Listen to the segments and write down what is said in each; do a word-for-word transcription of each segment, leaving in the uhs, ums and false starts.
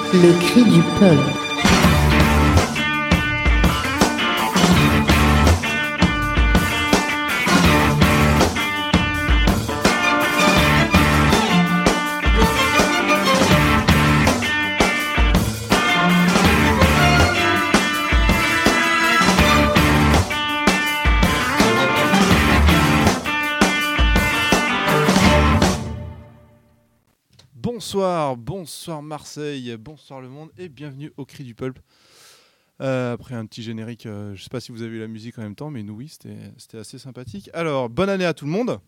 Le cri du pulp. Bonsoir, bonsoir Marseille, bonsoir le monde et bienvenue au Cri du Pulp. Euh, après un petit générique, euh, je ne sais pas si vous avez eu la musique en même temps, mais nous oui, c'était, c'était assez sympathique. Alors, bonne année à tout le monde.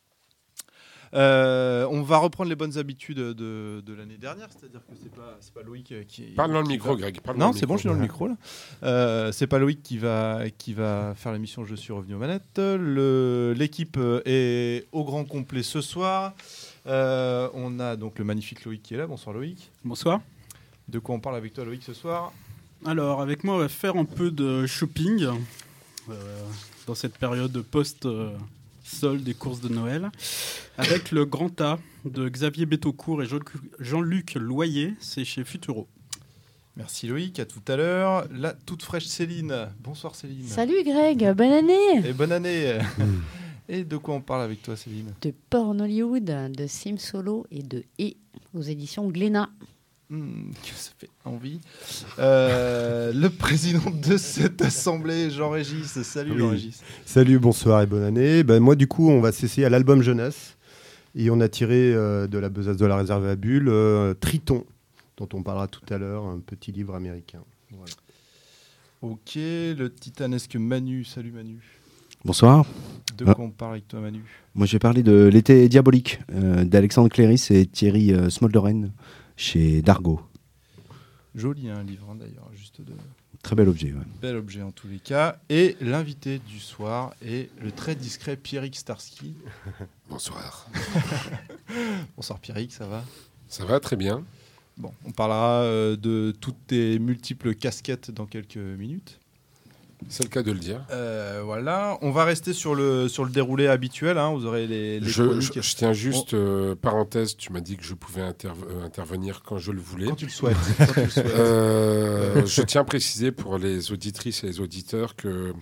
Euh, on va reprendre les bonnes habitudes de, de l'année dernière, c'est-à-dire que c'est pas, c'est pas Loïc qui... Parle dans qui le micro, va... Greg. Parle non, dans le c'est micro. bon, je suis dans le micro là. Euh, c'est pas Loïc qui va, qui va faire l'émission Je suis revenu aux manettes. Le, l'équipe est au grand complet ce soir. Euh, on a donc le magnifique Loïc qui est là. Bonsoir Loïc. Bonsoir. De quoi on parle avec toi Loïc ce soir ? Alors avec moi on va faire un peu de shopping euh, dans cette période post-solde des courses de Noël avec le Grand A de Xavier Betaucourt et Jean-Luc Loyer, c'est chez Futuro. Merci Loïc, à tout à l'heure. La toute fraîche Céline. Bonsoir Céline. Salut Greg, bonne année. Et bonne année. Et de quoi on parle avec toi Céline ? De Porn Hollywood, de Sim Solo et de E aux éditions Glénat. Mmh, que ça fait envie. Euh, le président de cette assemblée, Jean-Régis. Salut oui. Jean-Régis. Salut, bonsoir et bonne année. Ben, moi, du coup, on va s'essayer à l'album jeunesse. Et on a tiré euh, de la besace de la réserve à bulles euh, Triton, dont on parlera tout à l'heure, un petit livre américain. Voilà. Ok, le titanesque Manu. Salut Manu. Bonsoir. De ah. quoi on parle avec toi Manu ? Moi, je vais parler de L'été diabolique euh, d'Alexandre Cléris et Thierry euh, Smolderen chez Dargaud. Joli hein, livre hein, d'ailleurs, juste de... Très bel objet. Ouais. Bel objet en tous les cas. Et l'invité du soir est le très discret Pierrick Starsky. Bonsoir. Bonsoir Pierrick, ça va ? Ça va très bien. Bon, on parlera euh, de toutes tes multiples casquettes dans quelques minutes. C'est le cas de le dire. Euh, voilà, on va rester sur le, sur le déroulé habituel. Hein. Vous aurez les, les je, chroniques. Je, je tiens juste, euh, parenthèse, tu m'as dit que je pouvais interve- euh, intervenir quand je le voulais. Quand tu le souhaites. Quand tu le souhaites. Euh, je tiens à préciser pour les auditrices et les auditeurs que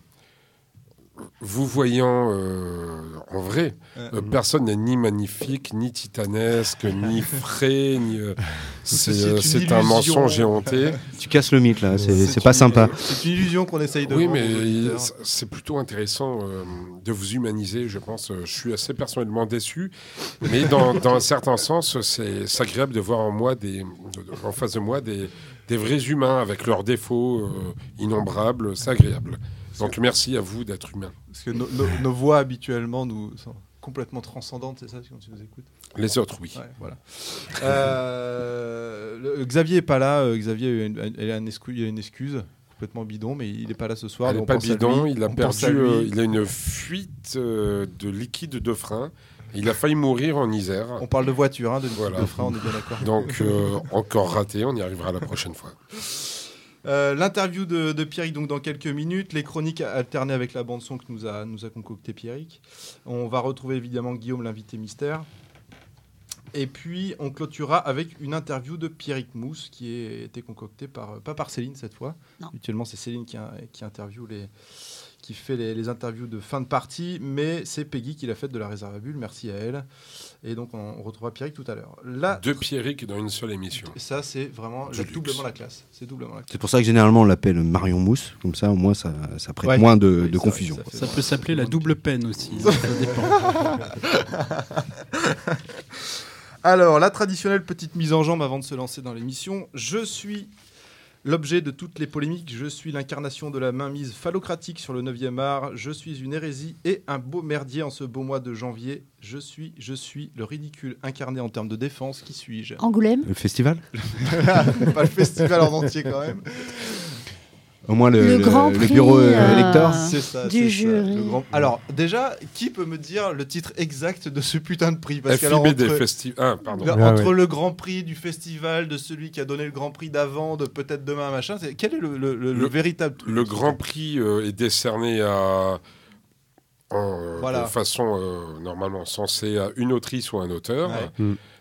vous voyant euh, en vrai, euh, euh, personne n'est ni magnifique, ni titanesque, ni frais, ni, euh, c'est, c'est, c'est un mensonge éhonté. Tu casses le mythe là, c'est, c'est, c'est pas une, sympa. C'est une illusion qu'on essaye de oui, vendre. Oui, mais c'est plutôt intéressant euh, de vous humaniser, je pense. Je suis assez personnellement déçu, mais dans, dans un certain sens, c'est, c'est agréable de voir en, moi des, en face de moi des, des vrais humains avec leurs défauts euh, innombrables. C'est agréable. Donc merci à vous d'être humain. Parce que no, no, nos voix habituellement nous sont complètement transcendantes, c'est ça quand tu nous écoutes ? Les autres, oui. Ouais, voilà. euh, le, Xavier n'est pas là. Euh, Xavier, il a une, il a une, excuse, il a une excuse complètement bidon, mais il n'est pas là ce soir. Il n'est pas bidon, il a perdu, euh, il a une fuite euh, de liquide de frein. Il a failli mourir en Isère. On parle de voiture, hein, de, voilà. de frein, on est bien d'accord. Donc euh, encore raté, on y arrivera la prochaine fois. Euh, l'interview de, de Pierrick donc dans quelques minutes, les chroniques alternées avec la bande son que nous a, nous a concocté Pierrick. On va retrouver évidemment Guillaume, l'invité mystère. Et puis on clôturera avec une interview de Pierrick Mousse qui a été concoctée par, pas par Céline cette fois. Non. Habituellement c'est Céline qui, a, qui interview les, qui fait les, les interviews de fin de partie, mais c'est Peggy qui l'a faite de la réserve à bulles. Merci à elle. Et donc on, on retrouvera Pierrick tout à l'heure. Là, deux Pierrick dans une seule émission. Ça c'est vraiment la, doublement la classe. C'est doublement la classe. C'est pour ça que généralement on l'appelle Marion Mousse, comme ça au moins ça, ça prête ouais, moins de, oui, de ça, confusion. Ça, ça peut s'appeler la double peine aussi. Ça, ça dépend. Alors, la traditionnelle petite mise en jambe avant de se lancer dans l'émission. Je suis l'objet de toutes les polémiques. Je suis l'incarnation de la mainmise phallocratique sur le neuvième art. Je suis une hérésie et un beau merdier en ce beau mois de janvier. Je suis, je suis le ridicule incarné en termes de défense. Qui suis-je ? Angoulême ? Le festival ? Pas le festival en entier quand même. Au moins le, le, le, grand le prix, bureau euh, euh, électeur. C'est ça, du c'est jury. Ça, le grand... Alors déjà, qui peut me dire le titre exact de ce putain de prix ? Parce F I B entre, des festi- ah, pardon. le, ah, entre ouais. le grand prix du festival, de celui qui a donné le grand prix d'avant, de peut-être demain, machin, c'est... quel est le, le, le, le véritable truc ? Le grand prix euh, est décerné à, en, voilà. de façon euh, normalement censée à une autrice ou un auteur. Ouais. Mm.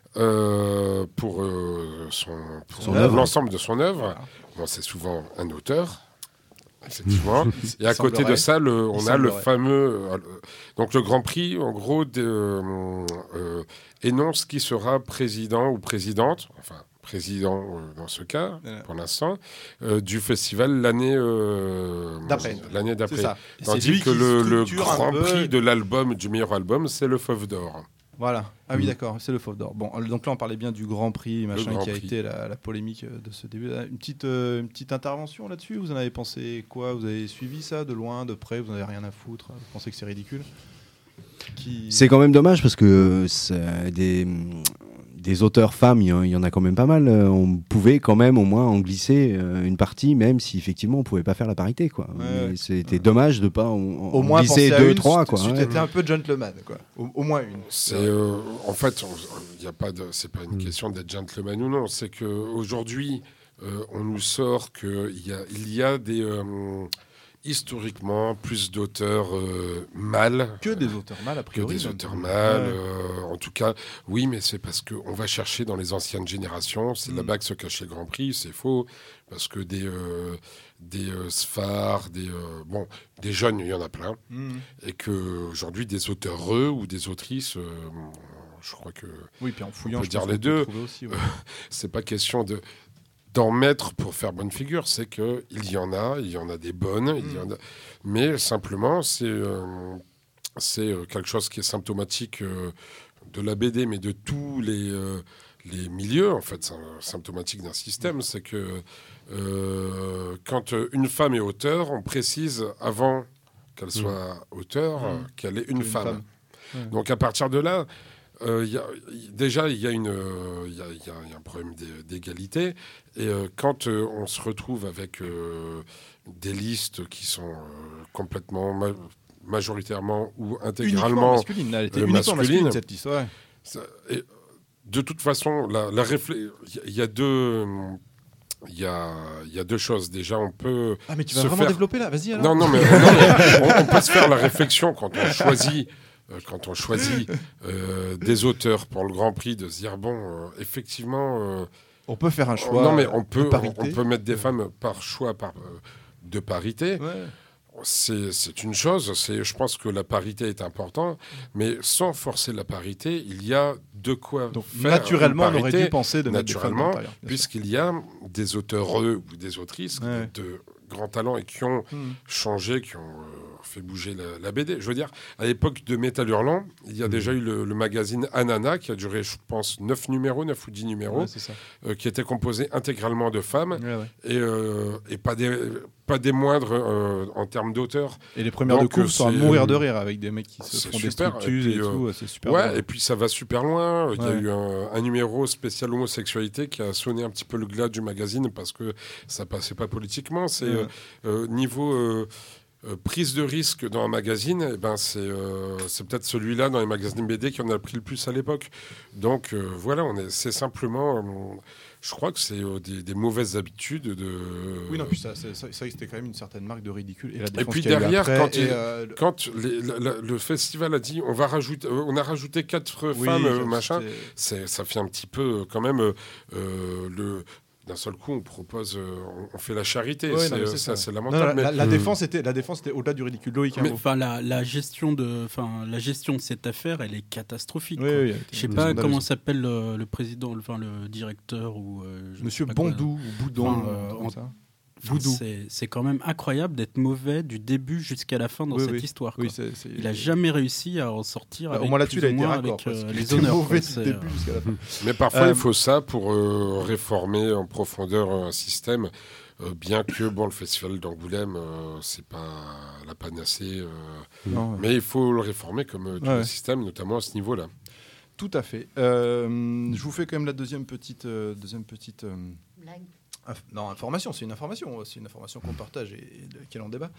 euh, pour, euh, son, pour Son œuvre. l'ensemble de son œuvre. Voilà. Bon, c'est souvent un auteur, effectivement. Et à Il côté semblerait. de ça, le, on Il a le semblerait. fameux... euh, donc le Grand Prix, en gros, de, euh, euh, énonce qui sera président ou présidente, enfin président euh, dans ce cas, Voilà. pour l'instant, euh, du festival l'année euh, D'après. l'année C'est d'après. ça. Et c'est Tandis lui que qui le, le structure un Grand peu- Prix de l'album, du meilleur album, c'est le Fauve d'Or. Voilà. Ah oui, Mm. d'accord, c'est le Fauve d'Or. Bon, donc là, on parlait bien du Grand Prix, machin, Grand qui a Prix. été la, la polémique euh, de ce début. Une petite, euh, une petite intervention là-dessus. Vous en avez pensé quoi? Vous avez suivi ça de loin, de près? Vous n'avez rien à foutre? Vous pensez que c'est ridicule? Qui... C'est quand même dommage parce que c'est des, des auteurs femmes, il y en- il y en a quand même pas mal. Euh, On pouvait quand même au moins en glisser euh, une partie, même si effectivement on pouvait pas faire la parité, quoi. Ouais, Mais C'était ouais. dommage de pas en, en Au moins glisser penser à deux, une, trois, c'était- quoi. c'était ouais. été un peu gentleman, quoi. Au, au moins une. C'est euh, en fait, il y a pas de, c'est pas une Mm. question d'être gentleman ou non. C'est que aujourd'hui, euh, on nous sort qu'il y a, il y a des euh, historiquement plus d'auteurs euh, mâles Que des auteurs mâles, a que priori. des donc. auteurs mâles. Ouais. euh, en tout cas, oui, mais c'est parce qu'on va chercher dans les anciennes générations. C'est Mm. là-bas que se cachait le Grand Prix. C'est faux. Parce que des, euh, des euh, Sfar, des, euh, bon, des jeunes, il y en a plein. Mm. Et qu'aujourd'hui, des auteurs eux ou des autrices, euh, je crois que Oui, puis en fouillant, peut je dire pense les qu'on peut deux. trouver aussi, ouais. c'est pas question de d'en mettre pour faire bonne figure, c'est que il y en a, il y en a des bonnes, il y en a, mais simplement c'est euh, c'est euh, quelque chose qui est symptomatique euh, de la B D, mais de tous les euh, les milieux en fait, c'est un- symptomatique d'un système, c'est que euh, quand euh, une femme est auteur, on précise avant qu'elle soit auteur Mm. qu'elle est une, Une femme. femme. Ouais. Donc à partir de là, euh, y a- y- déjà il y, a une, euh, y a- y a- y a un problème d'é- d'égalité. Et euh, quand euh, on se retrouve avec euh, des listes qui sont euh, complètement ma- majoritairement ou Uniquement intégralement masculine. Elle était euh, uniquement masculine, masculine. cette liste. Ouais. ça- et de toute façon, la, la réflé- il y a deux, il y a, il y a deux choses. Déjà, on peut. Ah, mais tu vas se vraiment faire- développer là? Vas-y alors. Non, non, mais, non, mais on, on peut se faire la réflexion quand on choisit, euh, quand on choisit euh, des auteurs pour le Grand Prix, de se dire bon, euh, effectivement, euh, On peut faire un choix. non, mais on de peut, on, parité. on peut mettre des femmes par choix, par euh, de parité. Ouais. C'est c'est une chose, c'est, je pense que la parité est importante, mais sans forcer la parité, il y a de quoi Donc faire naturellement, une on aurait parité, dû penser de mettre des femmes naturellement, à l'intérieur, bien sûr. puisqu'il y a des auteurs eux, ou des autrices Ouais. de grands talents et qui ont Hmm. changé, qui ont euh, fait bouger la, la B D. Je veux dire, à l'époque de Métal Hurlant, il y a déjà eu le, le magazine Anana qui a duré, je pense, neuf numéros, neuf ou dix numéros, Ouais, c'est ça. euh, qui était composé intégralement de femmes Ouais, ouais. et, euh, et pas, des, pas des moindres euh, en termes d'auteurs. Et les premières Donc, de coups euh, sont à c'est- mourir de rire avec des mecs qui se c'est font des super. structures Et et, puis, euh, tout. C'est super. Ouais, drôle. et puis ça va super loin. Il y a Ouais. eu un, un numéro spécial homosexualité qui a sonné un petit peu le glas du magazine parce que ça passait pas politiquement. C'est Ouais. euh, euh, niveau euh, euh, prise de risque dans un magazine, eh ben c'est euh, c'est peut-être celui-là dans les magazines B D qui en a pris le plus à l'époque. Donc euh, voilà, on est, c'est simplement, euh, je crois que c'est euh, des, des mauvaises habitudes de. Oui, non, puis ça, c'est- ça, ça, c'était quand même une certaine marque de ridicule. Et, la Et défense puis qu'il y a eu derrière, après, quand et, il- euh, le- Quand les- la- la- le festival a dit on va rajouter, euh, on a rajouté quatre oui, femmes, euh, c'était- machin. C'est, ça fait un petit peu euh, quand même euh, euh, le. D'un seul coup, on propose, euh, on, on fait la charité. Ouais, c'est, non, mais euh, c'est ça, ça. c'est Non, lamentable. la, mais- la- la Hmm. défense était, la défense était au-delà du ridicule. Loïc, hein, Mais- vous- Enfin, la, la gestion de, enfin, la gestion de cette affaire, elle est catastrophique. Oui, quoi. oui, Je sais oui, pas scandaleux. comment s'appelle le, le président, enfin le directeur ou euh, je Monsieur sais pas quoi. Bondou ou Boudon, Enfin, euh, euh, comme on- ça. Enfin, Boudou. c'est, c'est quand même incroyable d'être mauvais du début jusqu'à la fin dans Oui, cette oui. histoire. quoi. Oui, c'est- c'est- Il a jamais réussi à en sortir. Bah, au avec moins là-dessus, plus il a ou été moins raccord. avec, parce euh, qu'il les était honneurs. mauvais quoi. du C'est, début euh, jusqu'à la fin. Mais parfois, Euh, il faut ça pour euh, réformer en profondeur un système. euh, bien que bon, le festival d'Angoulême, euh, c'est pas la panacée, euh, Non, ouais. mais il faut le réformer comme euh, tout Ouais. le système, notamment à ce niveau-là. Tout à fait. Euh, je vous fais quand même la deuxième petite, euh, deuxième petite euh, Blague. inf- non, information. C'est une information. C'est une information qu'on partage et, et de laquelle on débat.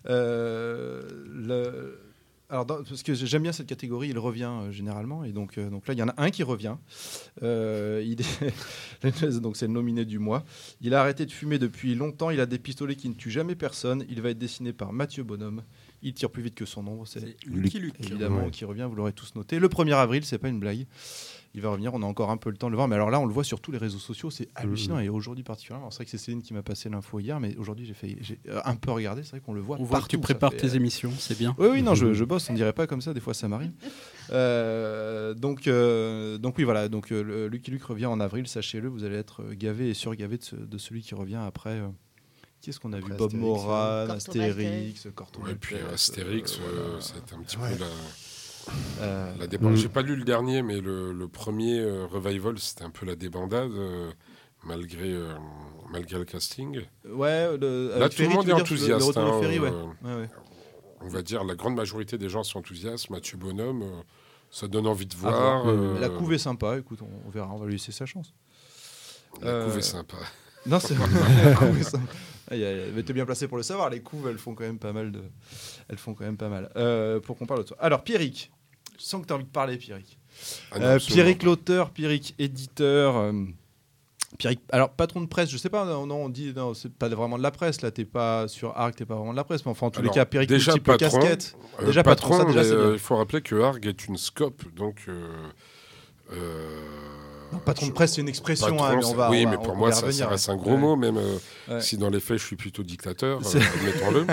Euh, le- alors, dans- parce que j'aime bien cette catégorie, il revient euh, généralement, et donc, euh, donc là, il y en a un qui revient. Euh, il est donc c'est le nominé du mois. Il a arrêté de fumer depuis longtemps. Il a des pistolets qui ne tuent jamais personne. Il va être dessiné par Mathieu Bonhomme. Il tire plus vite que son ombre, c'est C'est Lucky Luke. évidemment Ouais. qui revient, vous l'aurez tous noté. Le premier avril, c'est pas une blague. Il va revenir, on a encore un peu le temps de le voir. Mais alors là, on le voit sur tous les réseaux sociaux, c'est hallucinant. Et aujourd'hui particulièrement, alors c'est vrai que c'est Céline qui m'a passé l'info hier, mais aujourd'hui j'ai, fait, j'ai un peu regardé, c'est vrai qu'on le voit On voit que partout. tu ça prépares fait, tes euh, émissions, c'est bien. Oui, oui, non, je, je bosse, on dirait pas comme ça, des fois ça m'arrive. Euh, donc, euh, donc oui, voilà, donc euh, le Lucky Luke revient en avril, sachez-le, vous allez être gavé et surgavé de, ce- de celui qui revient après. euh, Qui est-ce qu'on a Après vu Bob Astérix, Moran, Corto Astérix, Corto Ouais, et puis Maltese, Astérix, euh, euh, voilà. c'était un petit Ouais. peu la, Euh, la débandade. Mm. J'ai pas lu le dernier, mais le, le premier euh, revival, c'était un peu la débandade, euh, malgré, euh, malgré le casting. Ouais, le, Là, avec tout le Ferry, monde tu est veux dire, le- enthousiaste. Le retour hein, de Ferry, ouais. euh, Ouais, ouais. On va dire la grande majorité des gens sont enthousiastes. Mathieu Bonhomme, euh, ça donne envie de À voir. voir. euh, La couve est sympa, écoute, on, on verra, on va lui laisser sa chance. La couve Euh, est sympa. Non, c'est vrai. La couve est sympa. Ah, y a- y a- mais t'es bien placé pour le savoir, les couves, elles font quand même pas mal. De... Elles font quand même pas mal. Euh, pour qu'on parle de toi. Alors, Pierrick, je sens que tu as envie de parler, Pierrick. Ah non, Euh, absolument Pierrick pas. l'auteur, Pierrick éditeur. euh, Pierrick, alors patron de presse, je sais pas, non, non, on dit, non, c'est pas vraiment de la presse, là, t'es pas sur Arc, t'es pas vraiment de la presse, mais enfin, en tous Alors, les cas, Pierrick, déjà multiple patron, casquette. Euh, Déjà patron, ça, déjà, mais, c'est bien. euh, il faut rappeler que Arg est une scope, donc. euh, euh, Non, patron de je- presse, c'est une expression, patron, hein, mais on c'est- va. oui, on va- mais pour on moi, va y ça, revenir, ça reste ouais. un gros Ouais. mot, même euh, Ouais. si dans les faits, je suis plutôt dictateur, C'est- euh, admettons-le.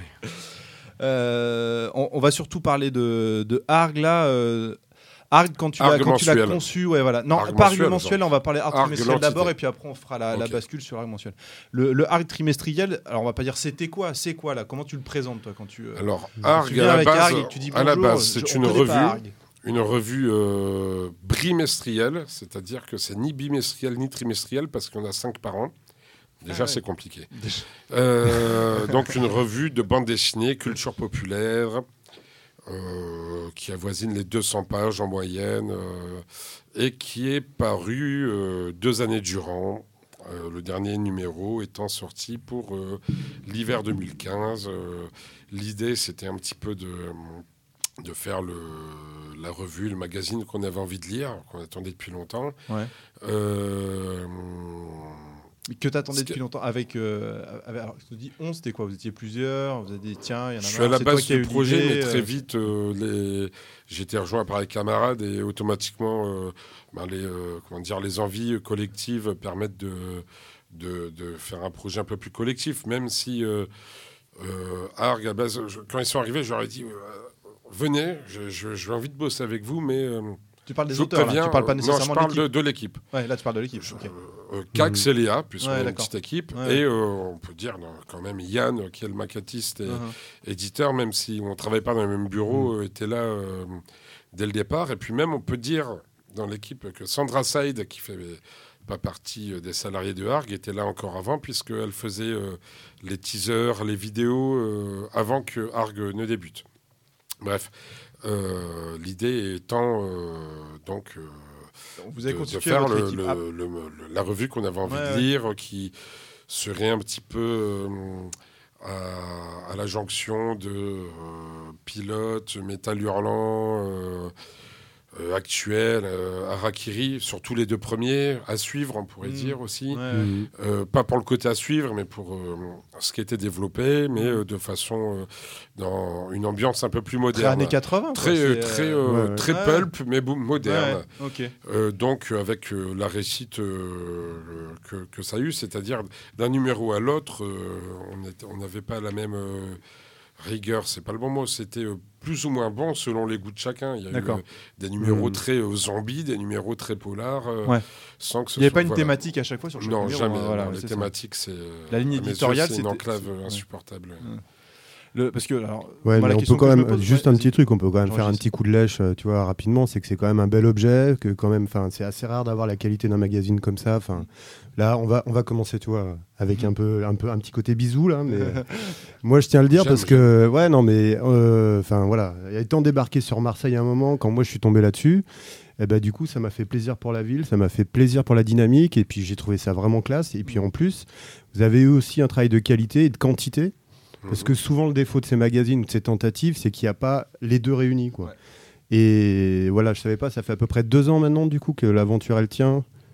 Euh, on, on va surtout parler de, de Arg là. euh, Arg quand tu l'as Arg quand tu l'as mensuel. conçu, ouais voilà. Non, Arg pas Arg mensuel, mensuel, genre. on va parler Arg, Arg trimestriel l'entité. d'abord et puis après on fera la, la Ok. bascule sur Arg mensuel. Le, le Arg trimestriel, alors on va pas dire c'était quoi, c'est quoi là. Comment tu le présentes toi quand tu euh, Alors, tu Arg, viens à la avec base, Arg et que tu dis à la bonjour, base, je- c'est on une connaît pas revue, Arg. une revue euh, bimestrielle, c'est-à-dire que c'est ni bimestriel ni trimestriel parce qu'on a cinq par an. Déjà, Ah ouais. c'est compliqué. Euh, donc, une revue de bande dessinée, culture populaire, euh, qui avoisine les deux cents pages en moyenne, euh, et qui est parue euh, deux années durant. Euh, le dernier numéro étant sorti pour euh, l'hiver deux mille quinze. Euh, l'idée, c'était un petit peu de, de faire le, la revue, le magazine qu'on avait envie de lire, qu'on attendait depuis longtemps. Ouais. Euh, Que t'attendais Ce que- depuis longtemps avec. euh, avec alors, je te dis on, c'était quoi? Vous étiez plusieurs, vous avez dit tiens, il y en a Je suis marre, à la c'est toi base qui as du eu projet, l'idée, mais très euh, vite, euh, les... j'ai été rejoint par les camarades et automatiquement, euh, ben, les, euh, comment dire, les envies collectives permettent de, de, de faire un projet un peu plus collectif, même si euh, euh, Arg, à la base, je- quand ils sont arrivés, je leur ai dit euh, venez, je- je- j'ai envie de bosser avec vous, mais euh, Tu parles des je vous auteurs, là, préviens, tu parles pas euh, non, nécessairement je parle de de, de l'équipe. l'équipe. Ouais, là tu parles de l'équipe. Je- ok. euh, Cax et Léa, puisqu'on Ouais, est une d'accord. petite équipe, Ouais. et euh, on peut dire non, quand même Yann, qui est le maquettiste et Uh-huh. éditeur, même si on ne travaille pas dans le même bureau, Mm. euh, était là euh, dès le départ. Et puis même, on peut dire dans l'équipe que Sandra Saïd, qui fait pas partie euh, des salariés de Arg, était là encore avant, puisqu'elle faisait euh, les teasers, les vidéos, euh, avant que Arg ne débute. Bref, euh, l'idée étant euh, donc... euh, Vous avez de, de constitué faire votre le- équipe. le- Ah, le- le- la revue qu'on avait envie Ouais, de ouais. lire, qui serait un petit peu euh, à, à la jonction de euh, Pilote, Métal Hurlant, euh, euh, Actuel, euh, Harakiri, surtout les deux premiers, à suivre, on pourrait Mm. dire aussi. ouais, ouais. Mhm. Euh, pas pour le côté à suivre, mais pour euh, ce qui était développé, mais euh, de façon, euh, dans une ambiance un peu plus Très moderne. années quatre-vingts. Très, quoi, euh, c'est, très, euh, euh, ouais, ouais. très Ouais. pulp, mais bou- moderne. ouais, ok. Euh, donc, avec euh, la récite euh, le- que, que ça a eu, c'est-à-dire d'un numéro à l'autre, euh, on était- on n'avait pas la même euh, rigueur, c'est pas le bon mot, c'était euh, plus ou moins bon selon les goûts de chacun. Il y a eu D'accord. euh, des numéros Mhm. très euh, zombies, des numéros très polars, euh, Ouais. sans que ce Il n'y avait soit- pas une voilà. thématique à chaque fois sur chaque Non, numéro, jamais. hein, voilà, Non, les c'est ça. thématiques, c'est. euh, La ligne à mes yeux, éditoriale, c'est une c'était- enclave c'est- euh, ouais. insupportable. Le, parce que alors, Ouais, moi, mais la on question peut quand que je même, me pose, juste ouais, un vas-y. petit truc, on peut quand même faire un J'enregistre. petit coup de lèche, euh, tu vois, rapidement, c'est que c'est quand même un bel objet, que quand même, enfin, c'est assez rare d'avoir la qualité d'un magazine comme ça. Enfin, là, on va, on va commencer, tu vois, avec un peu, un peu, un petit côté bisou là, mais euh, moi, je tiens à le dire J'aime, parce que, ouais, non, mais, enfin, voilà, étant débarqué sur Marseille à un moment, quand moi je suis tombé là-dessus. Et ben, du coup, ça m'a fait plaisir pour la ville, ça m'a fait plaisir pour la dynamique, et puis j'ai trouvé ça vraiment classe. Et puis en plus, vous avez eu aussi un travail de qualité et de quantité. Parce Mhm. que souvent, le défaut de ces magazines ou de ces tentatives, c'est qu'il n'y a pas les deux réunis, quoi. Ouais. Et voilà, je savais pas, ça fait à peu près deux ans maintenant, du coup, que l'aventure, elle tient.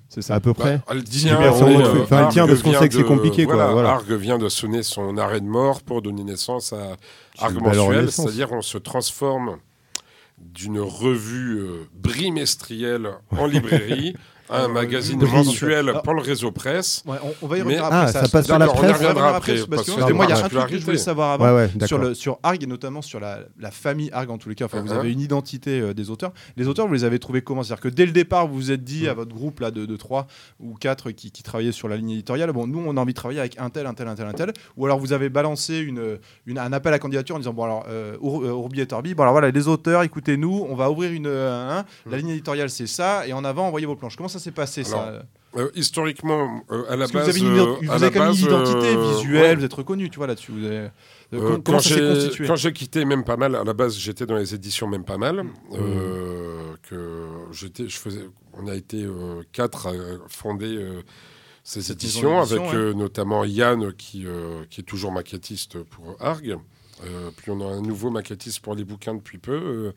C'est ça. À peu près. Bah, elle dix tient, numéros, euh, euh, enfin, elle tient Arg parce qu'on vient sait que c'est de- compliqué, quoi, Voilà, voilà. Arg vient de sonner son arrêt de mort pour donner naissance à C'est Arg une belle mensuel, renaissance. c'est-à-dire on se transforme d'une revue euh, brimestrielle en librairie à un Euh, magazine brie. mensuel Alors- par le réseau presse. Ouais, on, on va y Mais- revenir après. Ah, ça passe par la D'accord, on y presse. reviendra On va y après, revenir parce parce que que c'est moi, il y a par un truc que je voulais popularité. savoir avant Ouais, ouais, sur, d'accord. le, sur Arg et notamment sur la, la famille Arg en tous les cas. Enfin, vous Uh-huh. avez une identité euh, des auteurs. Les auteurs, vous les avez trouvés comment? C'est-à-dire que dès le départ, vous vous êtes dit Mm. à votre groupe là de, de trois ou quatre qui, qui travaillaient sur la ligne éditoriale, bon, nous, on a envie de travailler avec un tel, un tel, un tel, un tel. Ou alors vous avez balancé une, une- un appel à candidature en disant bon alors euh, Our- euh, Urbi et Orbi, bon alors voilà les auteurs, écoutez-nous, on va ouvrir une, euh, hein, la Mm. ligne éditoriale c'est ça et en avant envoyez vos planches. Comment ça s'est passé Alors, ça? Euh, historiquement, euh, à la Parce que base, vous avez, une, euh, vous à avez la quand même une base, identité euh, visuelle, ouais. vous êtes reconnu, tu vois là-dessus. Vous avez- Euh, comment quand comment ça s'est j'ai- constitué? Quand j'ai quitté Même Pas Mal, à la base, j'étais dans les éditions Même Pas Mal. euh, que j'étais, je faisais, on a été euh, quatre à fonder euh, ces Cette éditions, maison d'édition, avec ouais. euh, notamment Yann, qui, euh, qui est toujours maquettiste pour Arg. Euh, puis on a un nouveau maquettiste pour les bouquins depuis peu, euh,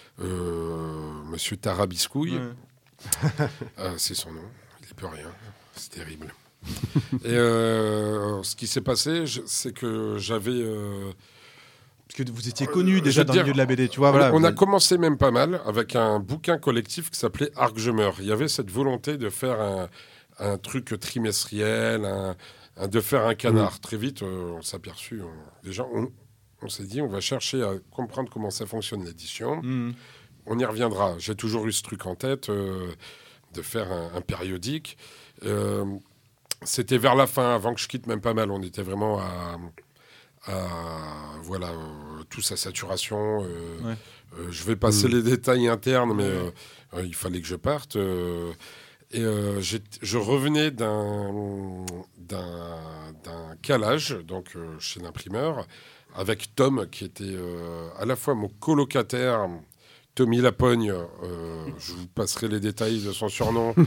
euh, Monsieur Tarabiscouille. Ouais. Euh, c'est son nom, il n'y peut rien, c'est terrible. Et euh, ce qui s'est passé, je- c'est que j'avais... euh, Parce que vous étiez Euh, connu je déjà veux dans dire, le milieu de la B D, tu vois. on, Voilà, on vous a avez- commencé Même Pas Mal avec un bouquin collectif qui s'appelait Arg Je Meurs. Il y avait cette volonté de faire un, un truc trimestriel, un, un- de faire un canard. Très vite, euh, on s'est aperçu, on- déjà, on, on s'est dit, on va chercher à comprendre comment ça fonctionne l'édition. Mhm. On y reviendra. J'ai toujours eu ce truc en tête euh, de faire un, un périodique. Euh, C'était vers la fin, avant que je quitte Même Pas Mal. On était vraiment à, à voilà, euh, tous à saturation. euh, Ouais. euh, je vais passer Mm. les détails internes, mais Ouais. euh, euh, il fallait que je parte. euh, et euh, j'ai- je revenais d'un d'un d'un calage, donc euh, chez l'imprimeur, avec Tom, qui était euh, à la fois mon colocataire, Tommy Lapogne, euh, je vous passerai les détails de son surnom,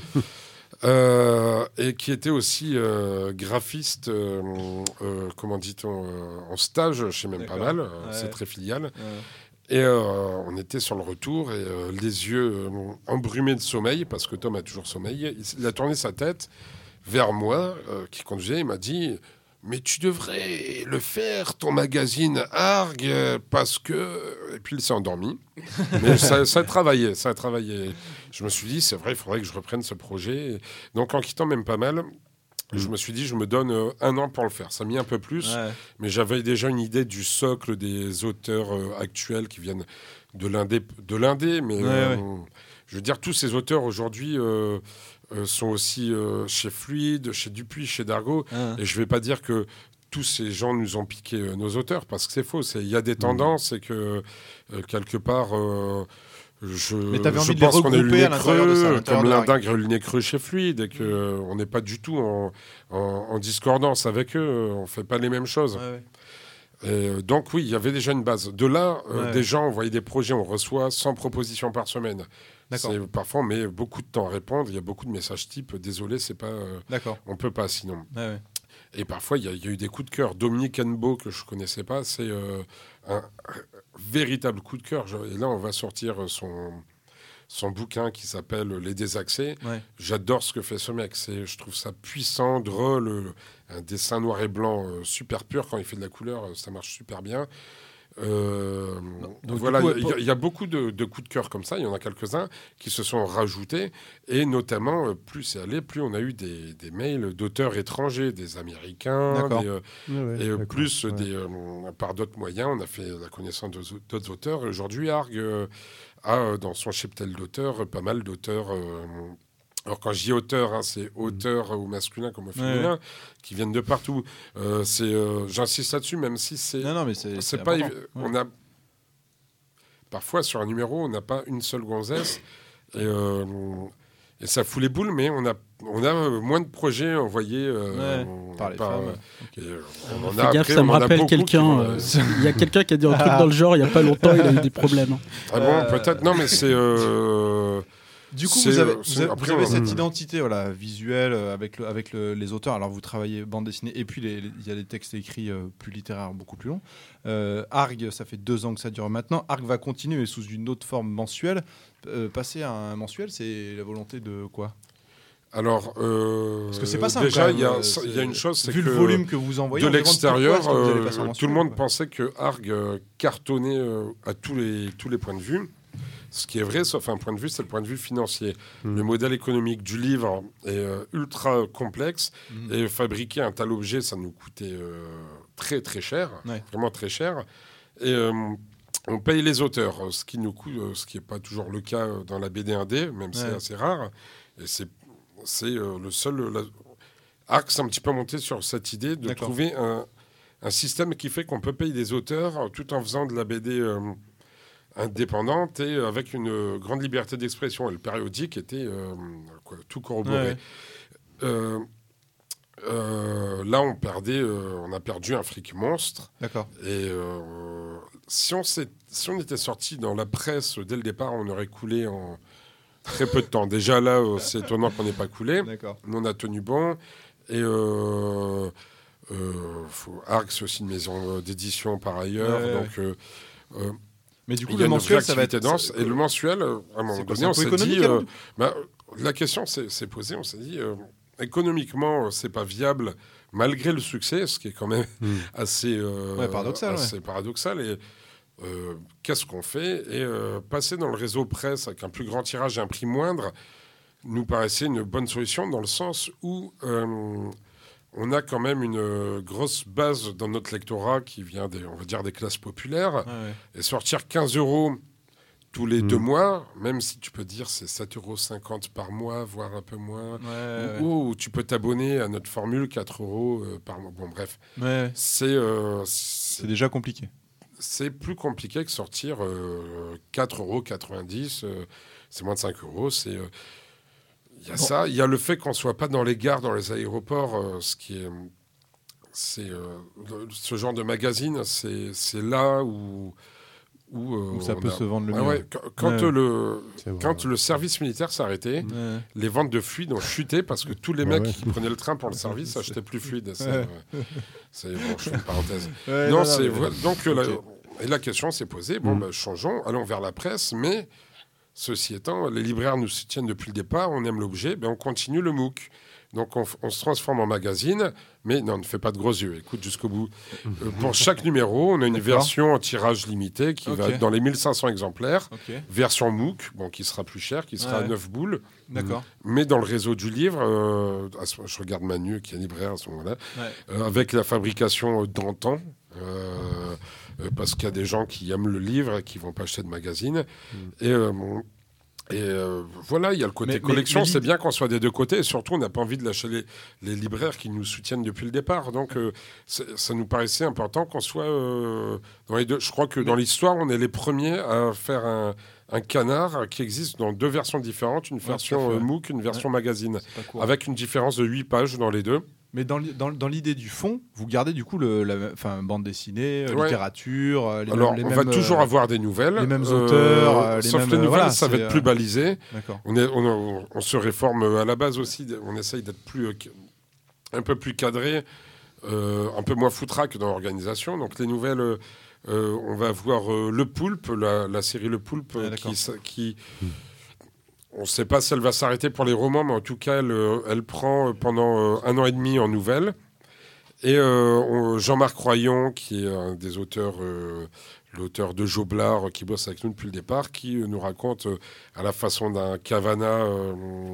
euh, et qui était aussi euh, graphiste, euh, euh, comment dit-on, euh, en stage chez Même Pas D'accord. Mal, euh, Ouais. c'est très filial. Ouais. Et euh, on était sur le retour et euh, les yeux euh, embrumés de sommeil, parce que Tom a toujours sommeil. Il, il a tourné sa tête vers moi, euh, qui conduisait, il m'a dit « Mais tu devrais le faire, ton magazine Arg, euh, parce que... » Et puis il s'est endormi. Mais ça, ça a travaillé, ça a travaillé. Je me suis dit, c'est vrai, il faudrait que je reprenne ce projet. Et donc en quittant Même Pas Mal, je me suis dit, je me donne euh, un an pour le faire. Ça a mis un peu plus. Ouais. Mais j'avais déjà une idée du socle des auteurs euh, actuels qui viennent de l'indé, de l'indé mais Ouais, euh, ouais. je veux dire, tous ces auteurs aujourd'hui euh, euh, sont aussi euh, chez Fluide, chez Dupuis, chez Dargaud. Ah. Et je ne vais pas dire que tous ces gens nous ont piqué euh, nos auteurs, parce que c'est faux. C'est- Il y a des tendances et que, euh, quelque part... euh, je, Mais t'avais je envie de les pense qu'on a eu le regrouper nez à l'intérieur de ça, à creux, l'intérieur comme de la l'Indingre a eu le nez creux chez Fluide, et qu'on n'est pas du tout en, en, en discordance avec eux. On ne fait pas les mêmes choses. Ouais, ouais. Et euh, donc oui, il y avait déjà une base. De là, euh, Ouais. des gens envoyaient des projets, on reçoit cent propositions par semaine. D'accord. C'est- Parfois, on met beaucoup de temps à répondre. Il y a beaucoup de messages type « Désolé, c'est pas, euh, D'accord. on peut pas sinon Ouais, ouais. ». Et parfois, il y, a- il y a eu des coups de cœur. Dominique Hennebeau, que je connaissais pas, c'est euh, un, un véritable coup de cœur. Je- Et là, on va sortir son, son bouquin qui s'appelle « Les Désaxés ». Ouais. J'adore ce que fait ce mec. C'est, je trouve ça puissant, drôle, euh, un dessin noir et blanc euh, super pur. Quand il fait de la couleur, euh, ça marche super bien. Euh, donc, voilà, du coup, il y, a- il y a beaucoup de, de coups de cœur comme ça. Il y en a quelques-uns qui se sont rajoutés. Et notamment, euh, plus c'est allé, plus on a eu des, des mails d'auteurs étrangers, des Américains, D'accord. des, euh, Ouais, ouais, et euh, d'accord. plus Ouais. des, euh, par d'autres moyens. On a fait la connaissance de- d'autres auteurs. Et aujourd'hui, Arg euh, a euh, dans son cheptel d'auteurs euh, pas mal d'auteurs. euh, alors quand je dis auteur, hein, c'est auteur au masculin comme au féminin, qui viennent de partout. Euh, c'est, euh, j'insiste là-dessus, même si c'est, Non, non, mais c'est. c'est c'est pas, important. évi- Ouais. on a parfois sur un numéro, on n'a pas une seule gonzesse et, euh, et ça fout les boules, mais on a, on a euh, moins de projets envoyés euh, Ouais, par les par, femmes. euh, et, euh, on en Fais a gaffe, après, ça on me en a rappelle beaucoup qui quelqu'un. vont, euh, euh, Il y a quelqu'un qui a dit un truc dans le genre il n'y a pas longtemps, il a eu des problèmes. hein. Ah bon, Euh, peut-être. Non, mais c'est. euh, Du coup, c'est, vous avez, euh, vous c'est- avez, après, vous avez on- cette identité voilà, visuelle euh, avec, le, avec le- les auteurs. Alors, vous travaillez bande dessinée et puis les- les- il y a des textes écrits euh, plus littéraires, beaucoup plus longs. Euh, Arg, ça fait deux ans que ça dure maintenant. Arg va continuer, mais sous une autre forme mensuelle. Euh, passer à un mensuel, c'est la volonté de quoi? Alors, euh, Parce que c'est pas simple. déjà, il y, euh, y a une chose, c'est vu que le volume que vous envoyez, de on se demande l'extérieur, pourquoi est-ce que vous allez euh, passer en tout mensuel, le monde quoi. pensait que Arg euh, cartonnait euh, à tous les, tous les points de vue. Ce qui est vrai, sauf un point de vue, c'est le point de vue financier. Mmh. Le modèle économique du livre est euh, ultra complexe Mhm. et fabriquer un tel objet, ça nous coûtait euh, très très cher, Ouais. vraiment très cher. Et euh, on paye les auteurs, ce qui nous coûte, euh, ce qui n'est pas toujours le cas dans la B D un D, même si Ouais. c'est assez rare. Et c'est c'est euh, le seul. La... Arc s'est un petit peu monté sur cette idée de D'accord. trouver un, un système qui fait qu'on peut payer des auteurs euh, tout en faisant de la B D euh, indépendante et avec une euh, grande liberté d'expression. Et le périodique était euh, quoi, tout corroboré. Ouais. Euh, euh, là, on perdait, euh, on a perdu un fric monstre. D'accord. Et euh, si on s'est- si on était sorti dans la presse dès le départ, on aurait coulé en très peu de temps. Déjà là, euh, c'est étonnant qu'on n'ait pas coulé. D'accord. On a tenu bon. Et euh, euh, faut... Arc, c'est aussi une maison euh, d'édition par ailleurs. Ouais, donc, euh, euh, Mais du coup, il y le a une mensuel, vraie ça va être activité dense. Et le mensuel, euh, à un moment C'est quoi, donné, c'est un on coût s'est économique, dit... alors, euh, bah, la question s'est s'est posée. On s'est dit, euh, économiquement, euh, c'est pas viable, malgré le succès, ce qui est quand même Mmh. assez, euh, Ouais, paradoxal, assez paradoxal. Et euh, qu'est-ce qu'on fait? Et euh, passer dans le réseau presse avec un plus grand tirage et un prix moindre nous paraissait une bonne solution dans le sens où euh, on a quand même une euh, grosse base dans notre lectorat qui vient des, on va dire, des classes populaires. Ouais, ouais. Et sortir quinze euros tous les Mm. deux mois, même si tu peux dire c'est sept euros cinquante par mois, voire un peu moins, Ouais, ouais, ou, ou tu peux t'abonner à notre formule quatre euros euh, par mois. Bon, bref, ouais. c'est euh, C'est c'est déjà compliqué. c'est plus compliqué que sortir euh, quatre euros quatre-vingt-dix. Euh, c'est moins de cinq euros. C'est, euh, il y a Bon. ça. Il y a le fait qu'on ne soit pas dans les gares, dans les aéroports, euh, ce qui est. C'est, euh, le- ce genre de magazine, c'est, c'est là où. Où, euh, Où ça on peut a- se vendre le Ah mieux. ouais, quand quand, Ouais. euh, le, C'est vrai. quand le service militaire s'est arrêté, Ouais. les ventes de fluides ont chuté parce que tous les Bah mecs ouais. qui prenaient le train pour le service achetaient plus fluide. C'est, Ouais. euh, c'est- bon, je fais une parenthèse. Ouais, non, non, c'est mais- voilà. Donc euh, la- Ok. et la question s'est posée. Bon, Mm. bah, changeons, allons vers la presse. Mais ceci étant, les libraires nous soutiennent depuis le départ. On aime l'objet, ben on continue le MOOC. Donc on, f- on se transforme en magazine, mais non, ne fais pas de gros yeux. Écoute jusqu'au bout. Euh, pour chaque numéro, on a une D'accord. version en tirage limité qui va Ok. être dans les mille cinq cents exemplaires. Ok. Version MOOC, bon, qui sera plus cher, qui sera Ouais. à neuf boules. D'accord. Mais dans le réseau du livre, euh, à ce- je regarde Manu qui est libraire à ce moment-là, Ouais. euh, avec la fabrication euh, d'antan, euh, euh, parce qu'il y a des gens qui aiment le livre et qui vont pas acheter de magazine. Et, euh, bon, et euh, voilà, il y a le côté Mais- mais- collection, mais c'est l'idée- bien qu'on soit des deux côtés, et surtout on n'a pas envie de lâcher les, les libraires qui nous soutiennent depuis le départ. Donc euh, c'est- ça nous paraissait important qu'on soit euh, dans les deux. Je crois que dans l'histoire, on est les premiers à faire un, un canard qui existe dans deux versions différentes, une Ouais, tout version à fait, euh, ouais. MOOC, une version magazine, C'est pas court. avec une différence de huit pages dans les deux. Mais dans, l'i- dans, dans l'idée du fond, vous gardez du coup le, la, enfin, bande dessinée, euh, Ouais. littérature, euh, les Alors, mêmes, les on mêmes, va toujours euh, avoir des nouvelles. les mêmes euh, auteurs, euh, les sauf mêmes, les euh, nouvelles, voilà, ça va c'est, être plus euh, balisé. D'accord. On, est, on, on se réforme à la base aussi. On essaye d'être plus, euh, un peu plus cadré, euh, un peu moins foutraque dans l'organisation. Donc les nouvelles, euh, euh, on va avoir euh, Le Poulpe, la, la série Le Poulpe, Ah, euh, d'accord. qui, sa- qui on ne sait pas si elle va s'arrêter pour les romans, mais en tout cas, elle, euh, elle prend euh, pendant euh, un an et demi en nouvelles. Et euh, on- Jean-Marc Royon, qui est un des auteurs, euh, l'auteur de Joblard, euh, qui bosse avec nous depuis le départ, qui euh, nous raconte euh, à la façon d'un Cavana, euh,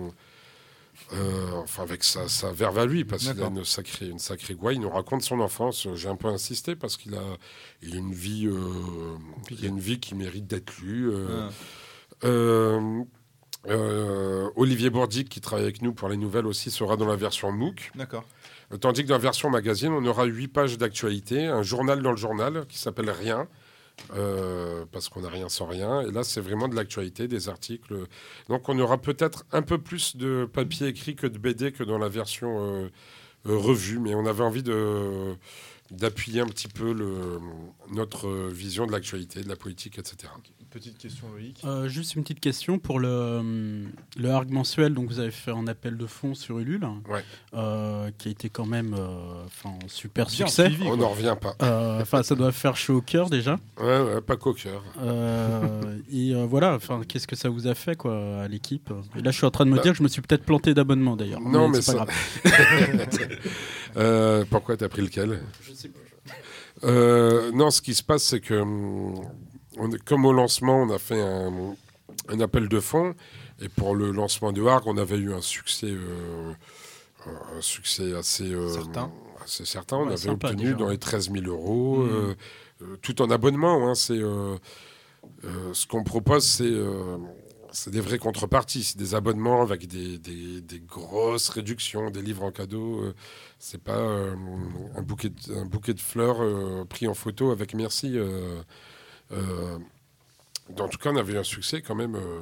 euh, enfin avec sa, sa verve à lui, parce qu'il a D'accord. une sacrée, une sacrée gouaille. Il nous raconte son enfance. J'ai un peu insisté parce qu'il a, il a une vie, euh, il a une vie qui mérite d'être lue. euh, Ah. euh, euh, Olivier Bourdic, qui travaille avec nous pour les nouvelles aussi, sera dans la version MOOC. D'accord. Tandis que dans la version magazine, on aura huit pages d'actualité, un journal dans le journal qui s'appelle Rien, euh, parce qu'on n'a rien sans rien. Et là, c'est vraiment de l'actualité, des articles. Donc, on aura peut-être un peu plus de papier écrit que de B D que dans la version euh, euh, revue. Mais on avait envie de, d'appuyer un petit peu le, notre vision de l'actualité, de la politique, et cetera. Okay. Petite question, Loïc. Euh, juste une petite question pour le, le Arg mensuel. Donc vous avez fait un appel de fonds sur Ulule, Ouais. euh, qui a été quand même euh, un super Bien succès. suivi, On quoi. n'en revient pas. Enfin, ça doit faire chaud au cœur déjà. Ouais, ouais, pas qu'au cœur. Euh, et euh, voilà, enfin, qu'est-ce que ça vous a fait quoi à l'équipe? Et là, je suis en train de me Bah, dire que je me suis peut-être planté d'abonnement d'ailleurs. Non, mais, c'est ça... pas grave. euh, pourquoi t'as pris lequel? Je sais pas. Euh, non, ce qui se passe, c'est que hum, on est, comme au lancement, on a fait un, un appel de fonds, et pour le lancement de Arg, on avait eu un succès, euh, un succès assez euh, Certain. assez certain. On Ouais, avait sympa, obtenu déjà. dans les treize mille euros, Mmh. euh, euh, tout en abonnement. Hein, c'est euh, euh, ce qu'on propose, c'est euh, c'est des vraies contreparties, c'est des abonnements avec des, des, des grosses réductions, des livres en cadeau. Euh, c'est pas euh, un, bouquet de, un bouquet de fleurs euh, pris en photo avec merci. Euh, euh, en tout cas, on avait un succès quand même. Euh,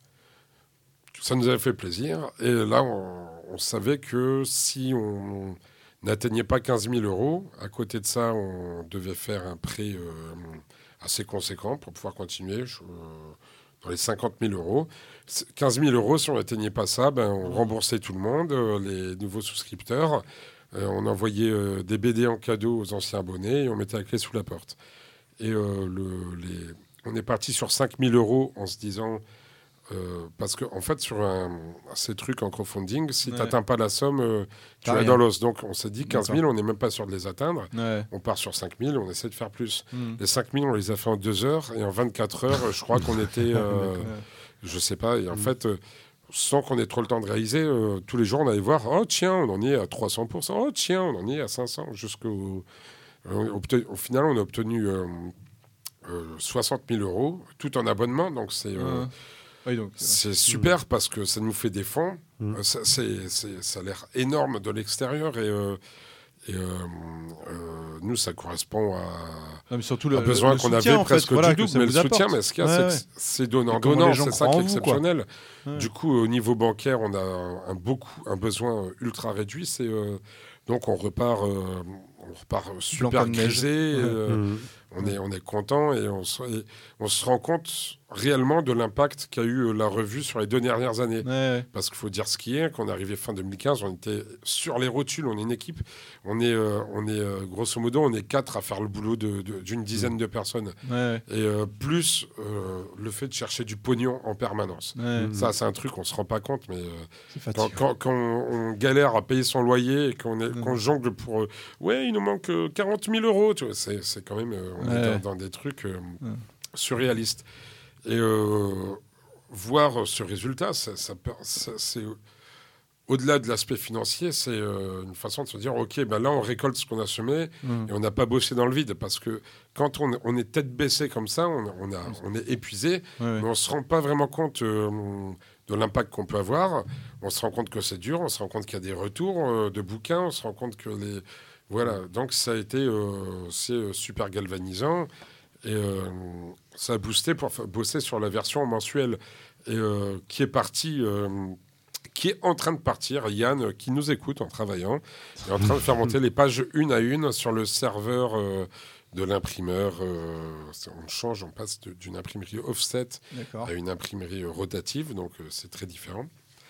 ça nous avait fait plaisir. Et là, on, on savait que si on n'atteignait pas quinze mille euros, à côté de ça, on devait faire un prêt euh, assez conséquent pour pouvoir continuer. Je, euh, dans les cinquante mille euros. quinze mille euros, si on n'atteignait pas ça, ben, on remboursait tout le monde, euh, les nouveaux souscripteurs. Euh, on envoyait euh, des B D en cadeau aux anciens abonnés et on mettait la clé sous la porte. Et euh, le, les... on est parti sur cinq mille euros en se disant... Euh, parce qu'en en fait, sur un, ces trucs en crowdfunding, si Ouais. tu n'atteins pas la somme, euh, tu T'as l'as rien. dans l'os. Donc on s'est dit quinze mille, D'accord. on n'est même pas sûr de les atteindre. Ouais. On part sur cinq mille, on essaie de faire plus. Mmh. Les cinq mille, on les a fait en deux heures. Et en vingt-quatre heures, je crois qu'on était... euh, Ouais. je sais pas. Et en Mm. fait, euh, sans qu'on ait trop le temps de réaliser, euh, tous les jours, on allait voir, oh tiens, on en est à trois cents pour cent. Oh tiens, on en est à cinq cents. Jusqu'au... euh, obte- au final, on a obtenu euh, euh, soixante mille euros, tout en abonnement. Donc, c'est... euh, Ouais. Oui, donc, c'est super parce que ça nous fait des fonds. Mm. Euh, ça, c'est, c'est- ça a l'air énorme de l'extérieur et, euh, et euh, euh, nous, ça correspond à non, mais surtout le, un besoin le qu'on soutien, avait en fait, presque voilà, du que double. ça Mais le vous apporte. soutien, mais ce qu'il y a, Ouais, c'est ouais. que c'est Et donnant, comment donnant. les gens C'est ça croient qui est en vous, quoi. exceptionnel. Ouais. Du coup, au niveau bancaire, on a un, un beaucoup, un besoin euh, ultra réduit. C'est euh, donc on repart, euh, on repart super Blanc comme neige. grisé. euh, Mhm. on est, on est content et on se, et on se rend compte réellement de l'impact qu'a eu euh, la revue sur les deux dernières années. Ouais, ouais. Parce qu'il faut dire ce qui est, quand on est arrivé fin deux mille quinze, on était sur les rotules, on est une équipe, on est, euh, on est euh, grosso modo, on est quatre à faire le boulot de- de- d'une dizaine de personnes. Ouais, ouais. Et euh, plus euh, le fait de chercher du pognon en permanence. Ouais. Mhm. Ça, c'est un truc, on se rend pas compte, mais euh, C'est quand, fatigant. quand- quand on, on galère à payer son loyer et qu'on est- Mhm. qu'on jongle pour... euh, ouais, il nous manque euh, quarante mille euros, tu vois, c'est c'est quand même... euh, on Ouais. est dans, dans des trucs euh, Ouais. surréalistes. Et euh, voir ce résultat, ça, ça per- ça- c'est... Au-delà de l'aspect financier, c'est euh, une façon de se dire, OK, ben là, on récolte ce qu'on a semé Mmh. et on n'a pas bossé dans le vide. Parce que quand on, on est tête baissée comme ça, on, on, a, on est épuisé, Ouais, ouais. mais on ne se rend pas vraiment compte euh, de l'impact qu'on peut avoir. On se rend compte que c'est dur, on se rend compte qu'il y a des retours euh, de bouquins, on se rend compte que les... Voilà, donc ça a été euh, c'est euh, super galvanisant. Et euh, ça a boosté pour fa- bosser sur la version mensuelle et, euh, qui est partie... euh, qui est en train de partir, Yann, euh, qui nous écoute en travaillant, est en train de faire monter les pages une à une sur le serveur euh, de l'imprimeur. euh, c'est- on change, on passe de- d'une imprimerie offset D'accord. à une imprimerie euh, rotative, donc euh, c'est très différent.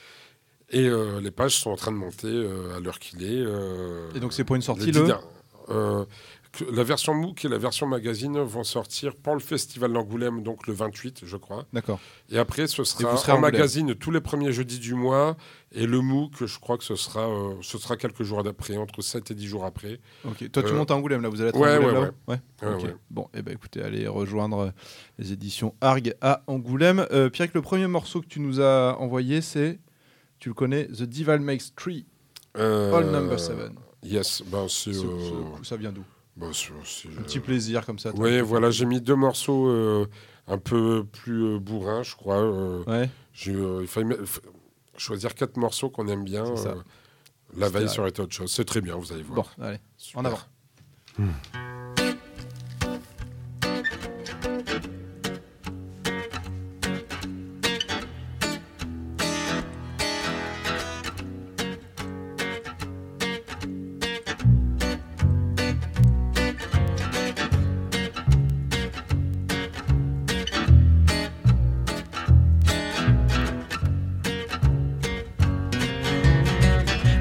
Et euh, les pages sont en train de monter euh, à l'heure qu'il est. euh, Et donc, c'est pour une sortie les dix le der- euh, que la version MOOC et la version magazine vont sortir pour le festival d'Angoulême, donc le vingt-huit, je crois. D'accord. Et après, ce Et sera vous serez à en Angoulême. magazine tous les premiers jeudis du mois. Et le MOOC, je crois que ce sera, euh, ce sera quelques jours d'après, entre sept et dix jours après. Ok. Toi, tu Euh, montes à Angoulême, là. Vous allez être ouais, à Angoulême, ouais, là ouais. Ouais, Ok. ouais. Bon, et ben écoutez, allez rejoindre euh, les éditions Arg à Angoulême. Euh, Pierre, le premier morceau que tu nous as envoyé, c'est, tu le connais, The Devil Makes Three, Euh, All Number Seven. Yes, ben c'est... Ce- euh, ce- Ça vient d'où ben, c'est- c'est, Un euh, petit plaisir comme ça. Oui, voilà, j'ai mis deux morceaux euh, un peu plus euh, bourrins, je crois. euh, Ouais. j'ai, euh, il fallait me- f- choisir quatre morceaux qu'on aime bien. C'est ça. euh, la C'était- veille, ça aurait été autre chose. C'est très bien, vous allez Bon, voir. allez. Super. en avant.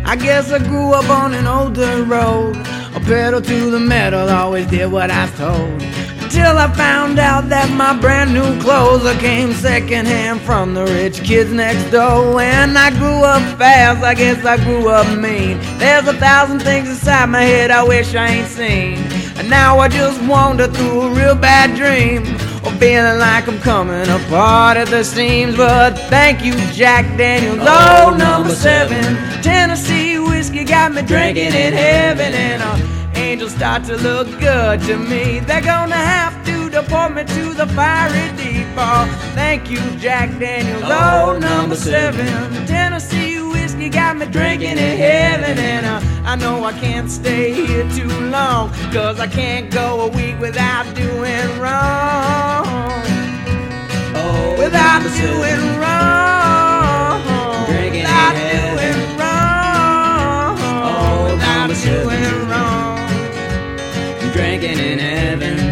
I guess I grew up on an old dirt road. A pedal to the metal, always did what I was told. Till I found out that my brand new clothes came secondhand from the rich kids next door. When I grew up fast, I guess I grew up mean. There's a thousand things inside my head I wish I ain't seen. And now I just wander through a real bad dream, or feeling like I'm coming apart at the seams. But thank you, Jack Daniels, oh, number seven. Tennessee whiskey got me drinking in heaven, and uh, angels start to look good to me. They're gonna have to deport me to the fiery deep. Oh, thank you, Jack Daniels, oh, number seven. Tennessee whiskey got me drinking in heaven, and uh, I know I can't stay here too long, cause I can't go a week without doing wrong. Oh, without doing wrong. Drinking without doing wrong. Oh, without doing wrong. Drinking in heaven.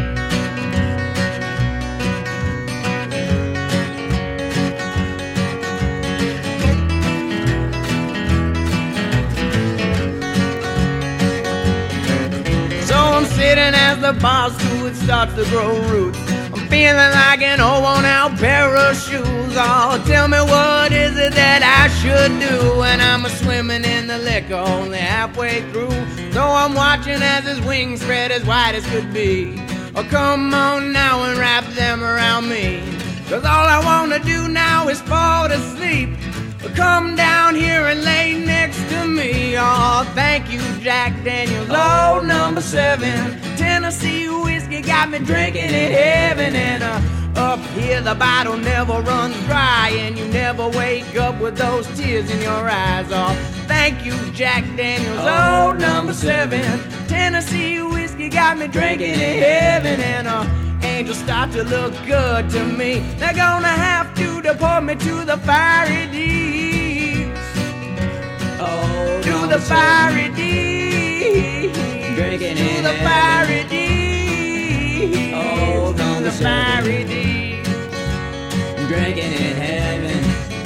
So I'm sitting as the bar stool starts to grow roots. I'm feeling like an old worn-out pair of shoes. Oh, tell me what is it that I should do when I'm a swimming in the liquor only halfway through. So I'm watching as his wings spread as wide as could be. Oh, come on now and wrap them around me, cause all I wanna do now is fall to sleep. Oh, come down here and lay next to me. Oh, thank you, Jack Daniels, oh, number seven. Tennessee whiskey got me drinking in heaven, and uh, up here the bottle never runs dry, and you never wake up with those tears in your eyes. Oh, thank you, Jack Daniels, oh, number seven. Tennessee whiskey got me drinking in heaven, and uh, angels start to look good to me. They're gonna have to deport me to the fiery deeps. Oh, to the fiery deeps. Drinking to the fiery deep. Oh, to the fiery deep. Drinking in heaven.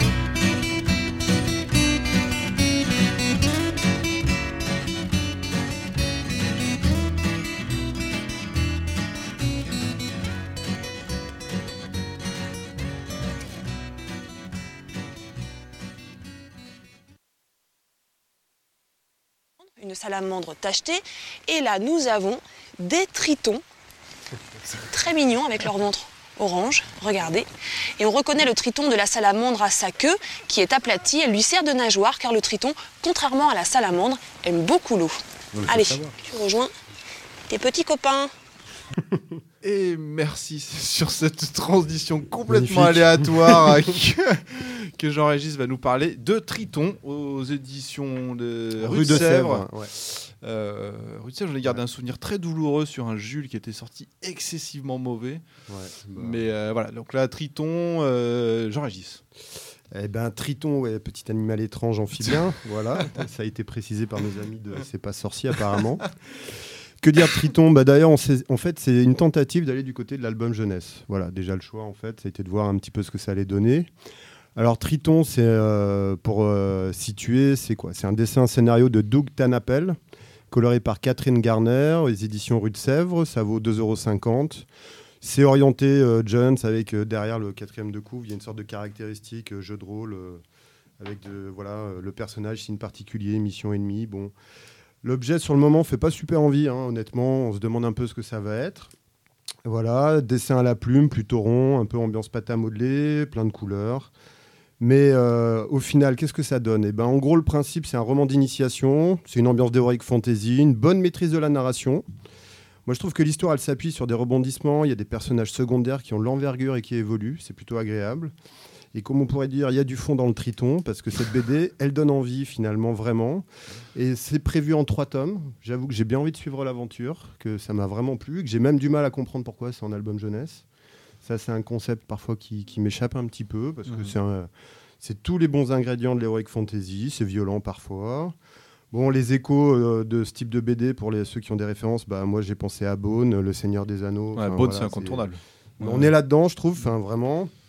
Une salamandre tachetée, et là nous avons des tritons très mignons avec leur ventre orange, regardez, et on reconnaît le triton de la salamandre à sa queue qui est aplatie. Elle lui sert de nageoire car le triton, contrairement à la salamandre, aime beaucoup l'eau. Allez, tu rejoins tes petits copains. Et merci sur cette transition complètement Magnifique. aléatoire que, que Jean-Régis va nous parler de Triton aux éditions de Rue, Rue de Sèvres. Sèvres ouais. euh, Rue de Sèvres, j'en ai gardé ouais. un souvenir très douloureux sur un Jules qui était sorti excessivement mauvais. Ouais, bah... Mais euh, voilà, donc là, Triton, euh, Jean-Régis. Eh ben, Triton, ouais, petit animal étrange amphibien. Voilà, ça a été précisé par nos amis de C'est pas sorcier apparemment. Que dire de Triton ? Bah, d'ailleurs, on sait, en fait, c'est une tentative d'aller du côté de l'album jeunesse. Voilà, déjà le choix, en fait, ça a été de voir un petit peu ce que ça allait donner. Alors, Triton, c'est euh, pour euh, situer, c'est quoi ? C'est un dessin scénario de Doug Tanapel, coloré par Catherine Garner, aux éditions Rue de Sèvres. Ça vaut deux euros cinquante. C'est orienté euh, Jones avec euh, derrière le quatrième de couve. Il y a une sorte de caractéristique, euh, jeu de rôle, euh, avec de, voilà, euh, le personnage, signe particulier, mission ennemie. Bon. L'objet, sur le moment, fait pas super envie, hein, honnêtement. On se demande un peu ce que ça va être. Voilà, dessin à la plume, plutôt rond, un peu ambiance pâte à modeler, plein de couleurs. Mais euh, au final, qu'est-ce que ça donne ? Eh ben, en gros, le principe, c'est un roman d'initiation. C'est une ambiance d'heroic fantasy, une bonne maîtrise de la narration. Moi, je trouve que l'histoire, elle s'appuie sur des rebondissements. Il y a des personnages secondaires qui ont l'envergure et qui évoluent. C'est plutôt agréable. Et comme on pourrait dire, il y a du fond dans le Triton, parce que cette B D, elle donne envie finalement, vraiment. Et c'est prévu en trois tomes. J'avoue que j'ai bien envie de suivre l'aventure, que ça m'a vraiment plu, que j'ai même du mal à comprendre pourquoi c'est en album jeunesse. Ça, c'est un concept parfois qui, qui m'échappe un petit peu, parce mmh. que c'est, un, c'est tous les bons ingrédients de l'heroic fantasy, c'est violent parfois. Bon, les échos euh, de ce type de B D, pour les, ceux qui ont des références, bah, moi j'ai pensé à Bone, Le Seigneur des Anneaux. Ouais, Bone, voilà, c'est incontournable. C'est... Ouais. On est là-dedans, je trouve, vraiment...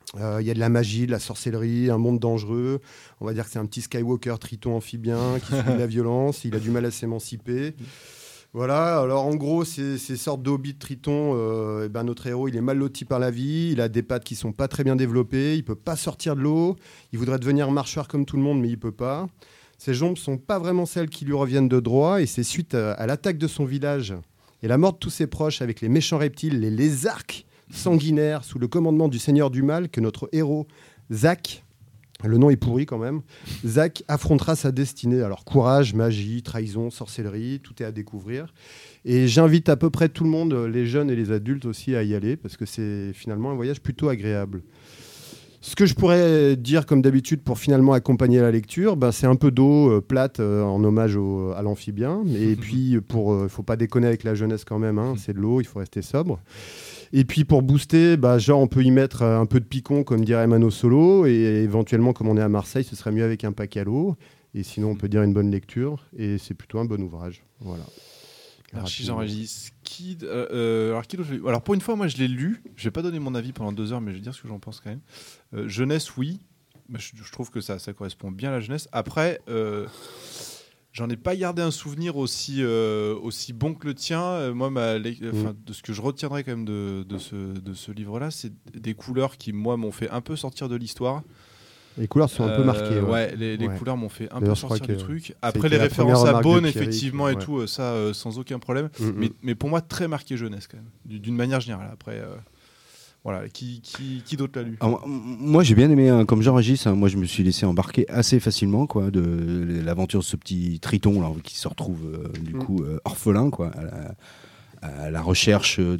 Il euh, y a de la magie, de la sorcellerie, un monde dangereux. On va dire que c'est un petit Skywalker triton amphibien qui subit de la violence. Il a du mal à s'émanciper. Voilà, alors en gros, ces, ces sortes d'hobbits tritons, euh, eh ben notre héros, il est mal loti par la vie, il a des pattes qui sont pas très bien développées, il peut pas sortir de l'eau, il voudrait devenir marcheur comme tout le monde, mais il peut pas. Ses jambes sont pas vraiment celles qui lui reviennent de droit, et c'est suite à, à l'attaque de son village et la mort de tous ses proches avec les méchants reptiles, les lézarques sanguinaires, sous le commandement du Seigneur du Mal, que notre héros, Zack, le nom est pourri quand même, Zack affrontera sa destinée. Alors courage, magie, trahison, sorcellerie, tout est à découvrir. Et j'invite à peu près tout le monde, les jeunes et les adultes aussi, à y aller, parce que c'est finalement un voyage plutôt agréable. Ce que je pourrais dire comme d'habitude pour finalement accompagner la lecture, ben, c'est un peu d'eau euh, plate euh, en hommage au, à l'amphibien. Et puis, pour, euh, faut pas déconner avec la jeunesse quand même, hein, c'est de l'eau, il faut rester sobre. Et puis pour booster, bah, genre on peut y mettre un peu de picon comme dirait Mano Solo, et éventuellement comme on est à Marseille, ce serait mieux avec un pack à l'eau. Et sinon on peut dire une bonne lecture, et c'est plutôt un bon ouvrage. Voilà. Merci Jean-Régis. Qui, euh, euh, alors, qui alors pour une fois, moi je l'ai lu. Je vais pas donner mon avis pendant deux heures, mais je vais dire ce que j'en pense quand même. Euh, jeunesse, oui. Bah, je, je trouve que ça, ça correspond bien à la jeunesse. Après. Euh, J'en ai pas gardé un souvenir aussi, euh, aussi bon que le tien. Euh, moi, ma, les, mmh. de ce que je retiendrai quand même de, de ce, de ce livre-là, c'est des couleurs qui, moi, m'ont fait un peu sortir de l'histoire. Les couleurs sont euh, un peu marquées. Ouais, ouais les, les ouais. couleurs m'ont fait un D'ailleurs, peu sortir du truc. Après, Après, les références à Beaune, effectivement, ouais. et tout, ça, euh, sans aucun problème. Mmh, mais, mmh. mais pour moi, très marqué jeunesse, quand même, d'une manière générale. Après... Euh, Voilà, qui, qui, qui d'autre l'a lu ? Alors, moi, j'ai bien aimé, hein, comme Jean-Régis, hein, moi, je me suis laissé embarquer assez facilement, quoi, de l'aventure de ce petit triton là, qui se retrouve euh, du mmh. coup euh, orphelin, quoi, à la, à la recherche de,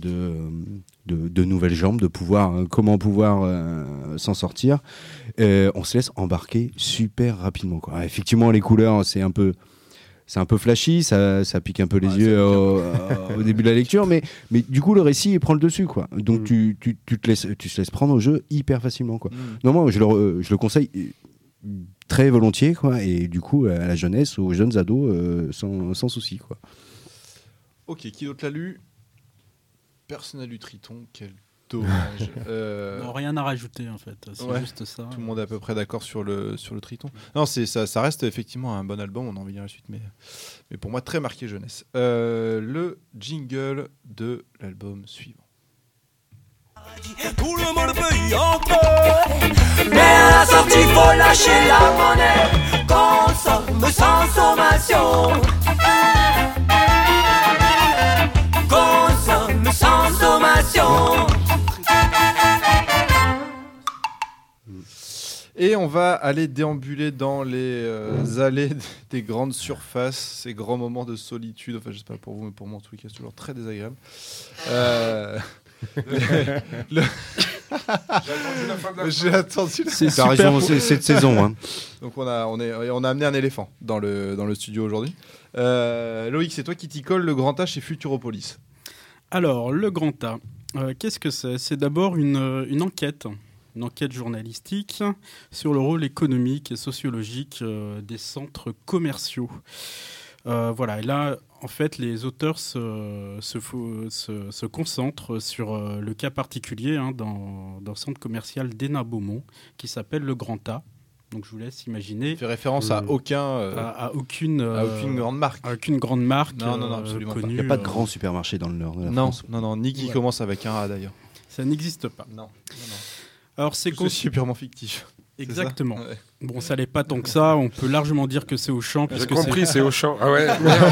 de, de nouvelles jambes, de pouvoir, euh, comment pouvoir euh, s'en sortir. Euh, on se laisse embarquer super rapidement, quoi. Effectivement, les couleurs, c'est un peu... C'est un peu flashy, ça, ça pique un peu les ouais, yeux au, au début de la lecture, mais, mais du coup, le récit, il prend le dessus, quoi. Donc, mm. tu, tu, tu, te laisses, tu te laisses prendre au jeu hyper facilement, quoi. Mm. Non, moi, je le, je le conseille très volontiers, quoi, et du coup, à la jeunesse, aux jeunes ados, euh, sans, sans souci, quoi. Ok, qui d'autre l'a lu ? Personne n'a lu Triton, quel dommage. euh... non, rien à rajouter en fait, c'est ouais, juste ça. Tout le monde est à peu près d'accord sur le, sur le Triton. Non, c'est, ça, ça reste effectivement un bon album, on a envie de lire la suite, mais, mais pour moi très marqué jeunesse. Euh, le jingle de l'album suivant. Tout le monde peut y entrer, mais à la sortie faut lâcher la monnaie. Consomme sans sommation. Consomme sans sommation. Et on va aller déambuler dans les euh, allées des grandes surfaces, ces grands moments de solitude. Enfin, je sais pas pour vous, mais pour moi, en tout cas, c'est toujours très désagréable. Euh... le... J'ai attendu la fin de la J'ai attendu la... C'est super raison, c'est cette saison. Hein. Donc on a, on, est, on a amené un éléphant dans le, dans le studio aujourd'hui. Euh, Loïc, c'est toi qui t'y colle le Grand A chez Futuropolis. Alors, le Grand A, euh, qu'est-ce que c'est ? C'est d'abord une, une enquête. Une enquête journalistique sur le rôle économique et sociologique euh, des centres commerciaux. Euh, voilà, et là, en fait, les auteurs se, se, se, se concentrent sur euh, le cas particulier hein, dans, dans le centre commercial d'Hénin-Beaumont, qui s'appelle le Grand A. Donc, je vous laisse imaginer. Il fait référence euh, à aucun, euh, à, à aucune, euh, à aucune grande marque. À aucune grande marque. Non, non, non, absolument connue, pas. Il n'y a pas de grand supermarché dans le nord de la non, France. Non, non, ni qui ouais. commence avec un A d'ailleurs. Ça n'existe pas. Non, non, non. Alors, c'est, con... c'est purement fictif. Exactement. Ça ouais. Bon, ça l'est pas tant que ça. On peut largement dire que c'est Auchan. J'ai compris, c'est... c'est Auchan. Ah ouais.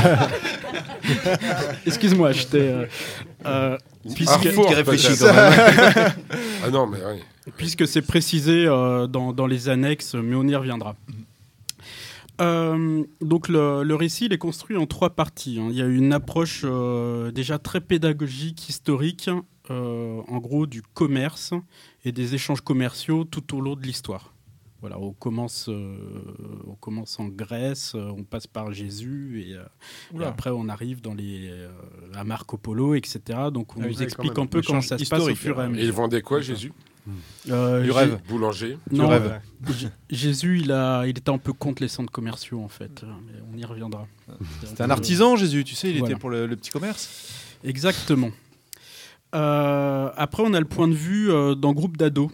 Excuse-moi, j'étais. Euh, euh, puisque Arfour, qui réfléchit quand même. Ah non, mais oui. Puisque c'est précisé euh, dans, dans les annexes, mais on y reviendra. Euh, donc le, le récit il est construit en trois parties. Hein. Il y a une approche euh, déjà très pédagogique, historique, euh, en gros du commerce et des échanges commerciaux tout au long de l'histoire. Voilà, on commence, euh, on commence en Grèce, euh, on passe par Jésus et, euh, et après on arrive dans les, euh, à Marco Polo, et cetera. Donc on ah, nous explique un peu comment ça se passe au fur et à mesure. Et ils vendaient quoi, Jésus ? Euh, du rêve, boulanger. Non, du rêve. J- Jésus, il a, il était un peu contre les centres commerciaux en fait, mais on y reviendra. C'était, C'était un, un artisan, Jésus, tu sais, il voilà. était pour le, le petit commerce. Exactement. Euh, après, on a le point de vue euh, d'un groupe d'ados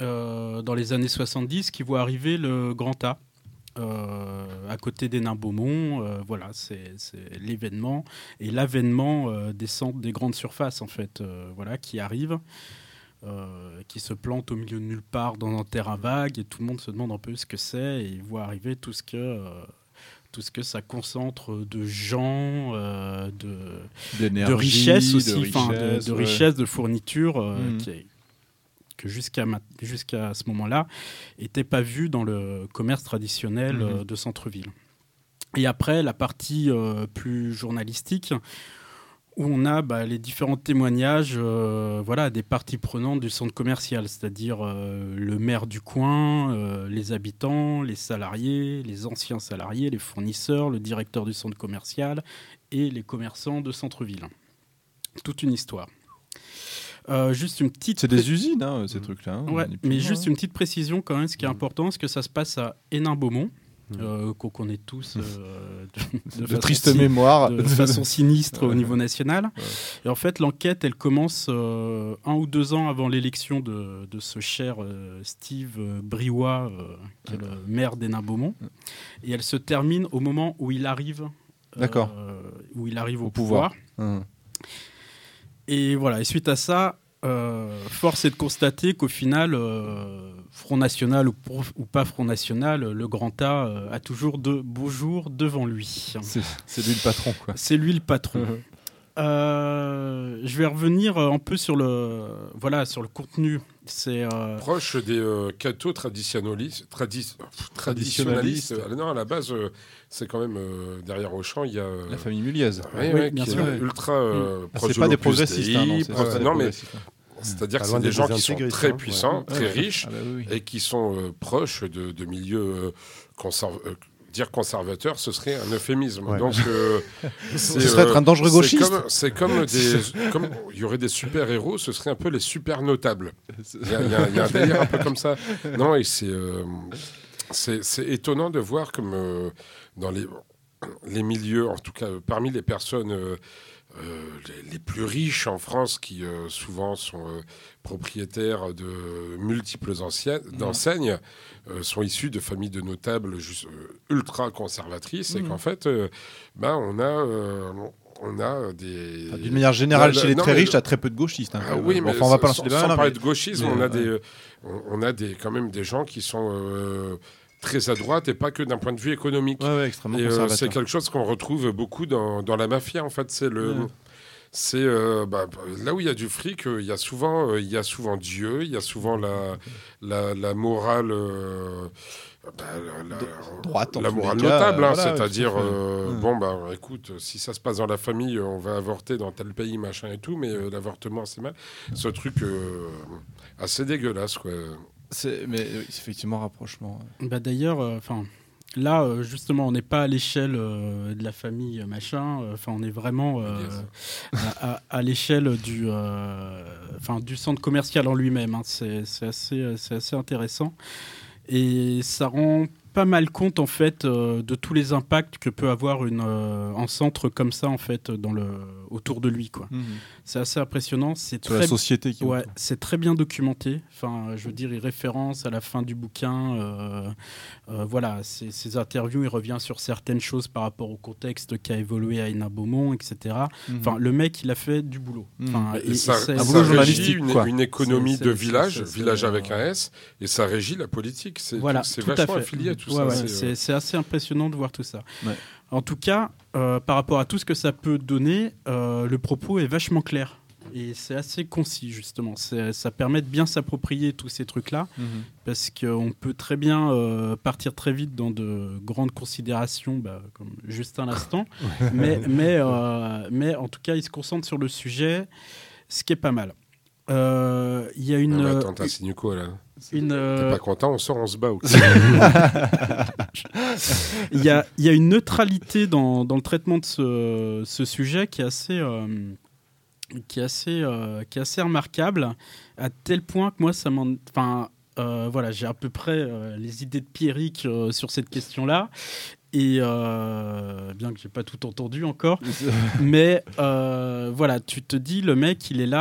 euh, dans les années soixante-dix, qui voit arriver le Grand A. Euh, à côté d'Hénin-Beaumont, euh, voilà, c'est, c'est l'événement et l'avènement euh, des centres des grandes surfaces en fait, euh, voilà, qui arrive, euh, qui se plante au milieu de nulle part dans un terrain vague et tout le monde se demande un peu ce que c'est et il voit arriver tout ce que euh, tout ce que ça concentre de gens, euh, de, de richesses aussi, de, richesse, de, de, ouais. richesse, de fournitures, euh, mmh. qui est que jusqu'à, ma- jusqu'à ce moment-là, n'était pas vu dans le commerce traditionnel mmh. euh, de centre-ville. Et après, la partie euh, plus journalistique, où on a bah, les différents témoignages euh, voilà, des parties prenantes du centre commercial, c'est-à-dire euh, le maire du coin, euh, les habitants, les salariés, les anciens salariés, les fournisseurs, le directeur du centre commercial et les commerçants de centre-ville. Toute une histoire. Euh, juste une petite c'est des pré- usines, hein, ces trucs-là. Hein, ouais, mais juste une petite précision quand même, ce qui est important, c'est que ça se passe à Hénin-Beaumont, euh, qu'on connaît tous euh, de, de, de triste si- mémoire, de façon sinistre au niveau national. Ouais. Et en fait, l'enquête, elle commence euh, un ou deux ans avant l'élection de, de ce cher euh, Steve euh, Briouat, euh, qui est le maire d'Hénin-Beaumont, et elle se termine au moment où il arrive, D'accord. euh, où il arrive au, Au pouvoir. pouvoir. Mmh. Et voilà, et suite à ça, euh, force est de constater qu'au final, euh, Front National ou, pour, ou pas Front National, le Grand A euh, a toujours de beaux jours devant lui. C'est, c'est lui le patron, quoi. C'est lui le patron. euh, je vais revenir un peu sur le, voilà, sur le contenu. C'est euh... proche des euh, cathos traditionnalistes. Tradi- traditionnalistes. Traditionnalistes. Non, à la base, euh, c'est quand même euh, derrière Auchan, il y a euh, La famille Muliez. oui, oui, ouais, bien qui sûr. est ultra euh, Ah, proche c'est pas de des l'Opus progressistes, Dei, hein, non, c'est proche- pas des non, mais progressistes, hein. c'est-à-dire Pas que loin c'est des des gens qui sont intégristes, très hein, puissants, ouais. très Ouais, riches, ah bah oui, oui. et qui sont euh, proches de, de milieux euh, conserv- euh, dire conservateur, ce serait un euphémisme. Ouais. Donc, euh, c'est, Ce serait être un dangereux c'est gauchiste. comme- C'est comme des, comme il y aurait des super héros, ce serait un peu les super notables. Il y, a- il y a- il y a un délire un peu comme ça. Non, et c'est euh, c'est, c'est étonnant de voir comme euh, dans les les milieux, en tout cas euh, parmi les personnes euh, euh, les, les plus riches en France, qui euh, souvent sont euh, propriétaires de multiples anciennes, Mmh. d'enseignes, euh, sont issus de familles de notables juste, euh, ultra conservatrices, Mmh. et qu'en fait, euh, ben, on a, euh, on a des... Enfin, d'une manière générale, Là, là, chez les non, très mais riches, le- t'as très peu de gauchistes. Hein, Ah euh, oui, bon, mais enfin, on va pas sans, lancer le sans débat, parler mais- de gauchisme, mais, on a ouais. des, euh, on, on a des, quand même des gens qui sont euh, très à droite, et pas que d'un point de vue économique. Ouais, ouais, extrêmement Et euh, conservateur. c'est quelque chose qu'on retrouve beaucoup dans, dans la mafia, en fait. C'est le... Ouais. C'est euh, bah, là où il y a du fric, euh, il y a souvent, euh, il y a souvent Dieu, il y a souvent la, la, la morale, euh, bah, la, la- droite, en la tous morale les cas, notable, hein, voilà, c'est-à-dire tout à fait. euh, Ouais. bon bah écoute, si ça se passe dans la famille, on va avorter dans tel pays machin et tout, mais euh, l'avortement c'est mal. Ce truc euh, assez dégueulasse quoi. C'est, mais euh, c'est effectivement un rapprochement. Bah d'ailleurs, enfin, là euh, justement, on n'est pas à l'échelle euh, de la famille euh, machin. Enfin, on est vraiment euh, à, à- à l'échelle du, euh, enfin, du centre commercial en lui-même. Hein. C'est, c'est assez, euh, c'est assez intéressant et ça rend pas mal compte en fait euh, de tous les impacts que peut avoir une, euh, un centre comme ça en fait dans le, autour de lui quoi. Mmh. C'est assez impressionnant. C'est Sur très la société qui est Ouais, autour. c'est très bien documenté. Enfin, je veux dire, il référence à la fin du bouquin. Euh, euh, voilà, ces, ces interviews, il revient sur certaines choses par rapport au contexte qui a évolué à Hénin-Beaumont, et cetera. Mmh. Enfin, le mec, il a fait du boulot. Enfin, Et et- ça, et c'est- un ça boulot régit journalistique, une, quoi. une économie C'est- de c'est- village, c'est- c'est- village c'est- avec un S, et ça régit la politique. C'est, Voilà, c'est tout à vachement fait. affilié à tout Ouais, ça. ouais, c'est, c'est, euh, c'est assez impressionnant de voir tout ça. Ouais. En tout cas, euh, par rapport à tout ce que ça peut donner, euh, le propos est vachement clair. Et c'est assez concis, justement. C'est, ça permet de bien s'approprier tous ces trucs-là, Mmh. parce qu'on peut très bien euh, partir très vite dans de grandes considérations, bah, comme juste à l'instant. mais, mais, euh, mais en tout cas, il se concentre sur le sujet, ce qui est pas mal. Euh, Il y a une... ah bah, attends, t'insinues quoi là une T'es euh, pas content, on sort, on se bat. ou quoi Il y a, il y a une neutralité dans, dans le traitement de ce, ce sujet qui est assez, euh, qui est assez, euh, qui est assez remarquable, à tel point que moi, ça m'en... Enfin, euh, voilà, j'ai à peu près euh, les idées de Pierrick euh, sur cette question-là. Et euh, bien que j'ai pas tout entendu encore, mais euh, voilà, tu te dis, le mec, il est là,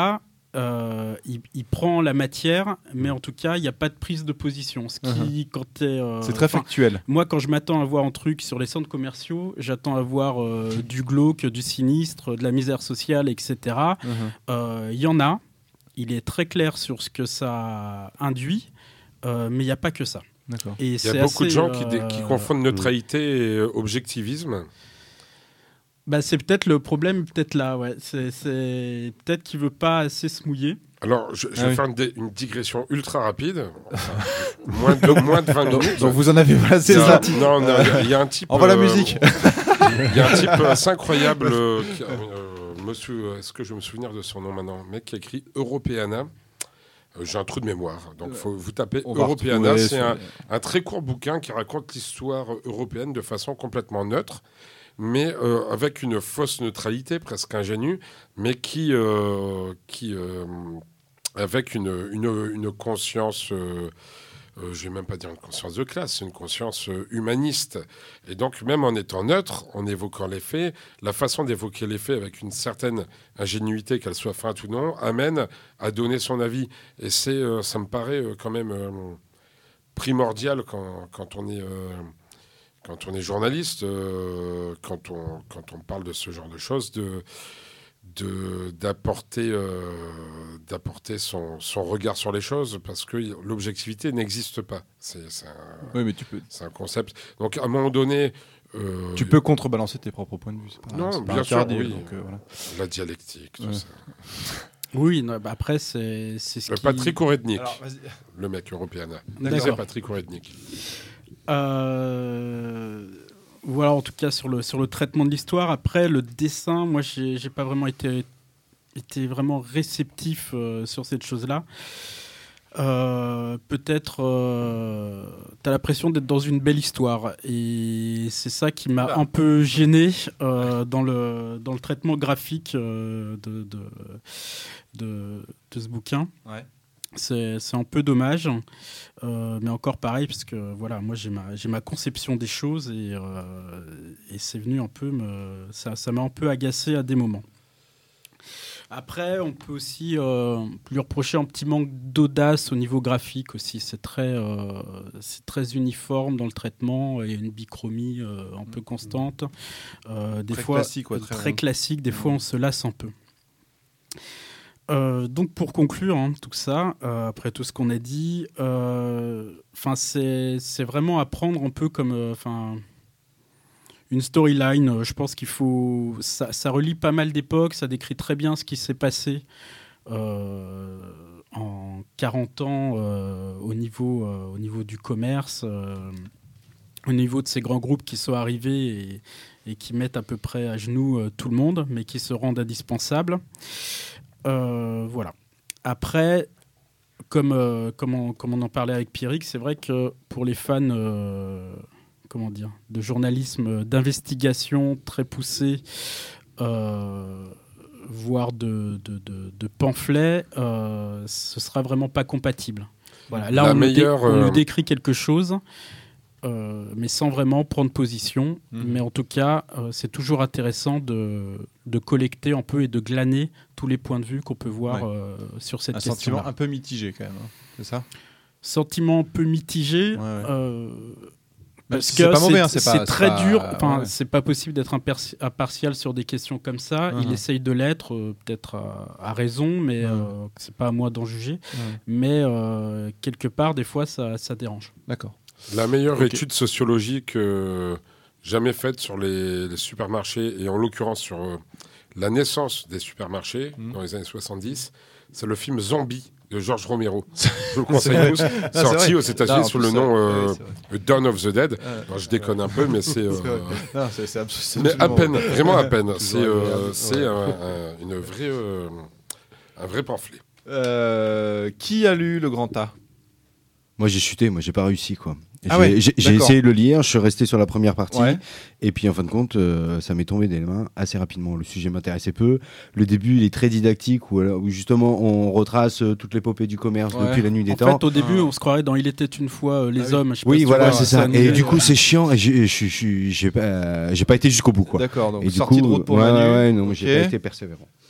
euh, il, il prend la matière, mais en tout cas, il n'y a pas de prise de position. Ce qui, Uh-huh. quand t'es, euh, C'est très enfin, factuel. Moi, quand je m'attends à voir un truc sur les centres commerciaux, j'attends à voir euh, du glauque, du sinistre, de la misère sociale, et cetera. Il Uh-huh. euh, y en a. Il est très clair sur ce que ça induit, euh, mais il n'y a pas que ça. D'accord. Et Il y c'est a beaucoup assez, de gens qui, dé- euh, qui confondent neutralité et euh, objectivisme. Bah, c'est peut-être le problème, peut-être là. Ouais. C'est, c'est... Peut-être qu'il ne veut pas assez se mouiller. Alors, je, je Ah vais oui. une, dé- une digression ultra rapide. Enfin, moins, de, moins de vingt minutes. Donc vous en avez placé Il y a- ça. Non, non, il y a- il y, a un type. Envoie la euh, musique. Il y a un type assez incroyable. euh, qui- euh, monsieur, est-ce que je me souviens de son nom maintenant? Un mec qui a écrit Europeana. Euh, J'ai un trou de mémoire, donc faut vous tapez On va Europeana. retrouver C'est sur un, les- un très court bouquin qui raconte l'histoire européenne de façon complètement neutre, mais euh, avec une fausse neutralité presque ingénue, mais qui, euh, qui euh, avec une, une, une conscience, euh, euh, je vais même pas dire une conscience de classe, c'est une conscience euh, humaniste. Et donc, même en étant neutre, en évoquant les faits, la façon d'évoquer les faits avec une certaine ingénuité, qu'elle soit feinte ou non, amène à donner son avis. Et c'est, euh, ça me paraît euh, quand même euh, primordial quand, quand on est... euh, quand on est journaliste, euh, quand, on, quand on parle de ce genre de choses, de, de, d'apporter, euh, d'apporter son, son regard sur les choses, parce que l'objectivité n'existe pas. C'est, c'est, un, Oui, mais tu peux, c'est un concept. Donc, à un moment donné... euh, tu peux contrebalancer tes propres points de vue. C'est pas, Non, c'est pas bien sûr, interdit, oui. donc, euh, voilà. La dialectique, tout Ouais. ça. Oui, non, bah après, c'est, c'est ce Le qui... Patrick Ourednik, Alors, vas-y. le mec européen. D'accord. C'est Patrick Ourednik. Euh, Voilà, en tout cas, sur le, sur le traitement de l'histoire. Après, le dessin, moi, j'ai, j'ai pas vraiment été, été vraiment réceptif euh, sur cette chose-là. Euh, peut-être, euh, t'as l'impression d'être dans une belle histoire. Et c'est ça qui m'a Oula. un peu gêné euh, dans, le, dans le traitement graphique euh, de, de, de, de ce bouquin. Ouais. C'est, c'est un peu dommage, euh, mais encore pareil, parce que voilà, moi j'ai ma, j'ai ma conception des choses et, euh, et c'est venu un peu me, ça, ça m'a un peu agacé à des moments. Après, on peut aussi euh, lui reprocher un petit manque d'audace au niveau graphique aussi. C'est très, euh, c'est très uniforme dans le traitement. Il y a une bichromie euh, un peu constante. Euh, des Très fois, classique, ouais, très très rond. classique. Des fois, on se lasse un peu. Euh, donc pour conclure hein, tout ça, euh, après tout ce qu'on a dit, euh, c'est, c'est vraiment à prendre un peu comme euh, une storyline. Euh, je pense qu'il faut... Ça, ça relie pas mal d'époques, ça décrit très bien ce qui s'est passé euh, en quarante ans euh, au, niveau, euh, au niveau du commerce, euh, au niveau de ces grands groupes qui sont arrivés et, et qui mettent à peu près à genoux euh, tout le monde, mais qui se rendent indispensables. Euh, voilà. Après, comme, euh, comme, on, comme on en parlait avec Pierrick, c'est vrai que pour les fans euh, comment dire, de journalisme, d'investigation très poussé, euh, voire de, de, de, de pamphlets, euh, ce sera vraiment pas compatible. Voilà. Là, La on, meilleure, nous dé- on euh, nous décrit quelque chose. Euh, mais sans vraiment prendre position. Mmh. Mais en tout cas, euh, c'est toujours intéressant de, de collecter un peu et de glaner tous les points de vue qu'on peut voir Ouais. euh, sur cette Un question. sentiment un peu mitigé quand même, hein. C'est ça? Sentiment un peu mitigé. Ouais, ouais. euh, Bah, parce c'est que pas mauvais, c'est, hein, c'est pas- c'est c'est très pas- dur. Enfin, ouais. c'est pas possible d'être impersi- impartial sur des questions comme ça. Il Mhm. essaye de l'être, euh, peut-être à, à raison, mais Mhm. euh, c'est pas à moi d'en juger. Ouais. Mais euh, quelque part, des fois, ça, ça dérange. D'accord. La meilleure Ok. étude sociologique euh, jamais faite sur les, les supermarchés, et en l'occurrence sur euh, la naissance des supermarchés Mhm. dans les années soixante-dix, c'est le film Zombie de George Romero. Je vous le C'est conseille vrai. tous. Ah, c'est Sorti vrai. aux États-Unis Non, en sous plus, le nom ouais, euh, ouais, c'est vrai. Dawn of the Dead. Ouais, Alors, je déconne un peu, mais c'est... euh, C'est vrai. Non, c'est- c'est abs- c'est mais à absolument- peine, vraiment à peine. Toujours C'est euh, agréable. c'est Ouais. un, un- une vraie, euh, un vrai pamphlet. Euh, qui a lu Le Grand A? Moi j'ai chuté, moi j'ai pas réussi quoi. Ah j'ai ouais, j'ai- j'ai d'accord. essayé de le lire, je suis resté sur la première partie, Ouais. et puis en fin de compte, euh, ça m'est tombé des mains assez rapidement. Le sujet m'intéressait peu. Le début, il est très didactique, où, où justement on retrace euh, toute l'épopée du commerce Ouais. depuis la nuit des En temps. fait, au début, Ah. on se croirait dans Il était une fois euh, les Ah oui. hommes. Je sais pas Oui, si tu voilà, vois, c'est ça. annulé, Et du coup, euh, c'est chiant, et j'ai je- je- j'ai pas, j'ai pas été jusqu'au bout, quoi. D'accord, donc Et du sortie coup, de route pour ouais, Manu. ouais, ouais, non, mais j'ai Ok. pas été persévérant.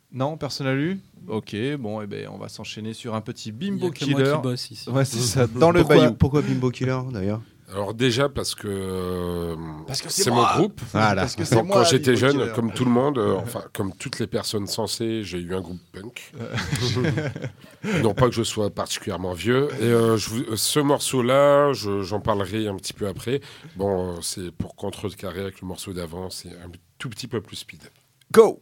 Non, personne n'a lu. Ok, bon, eh ben, on va s'enchaîner sur un petit Il y Bimbo a que moi Killer. qui bosse ici. Ouais, c'est ça, dans le pourquoi, bayou. pourquoi Bimbo Killer d'ailleurs? Alors déjà parce que, euh, Parce que c'est c'est moi. mon groupe. Voilà. Parce que c'est Donc, moi, quand j'étais Bimbo jeune, Killer. comme tout le monde, euh, enfin comme toutes les personnes sensées, j'ai eu un groupe punk. Non pas que je sois particulièrement vieux. Et euh, je vous- ce morceau-là, je- j'en parlerai un petit peu après. Bon, euh, c'est pour contrecarrer avec le morceau d'avant, c'est un tout petit peu plus speed. Go!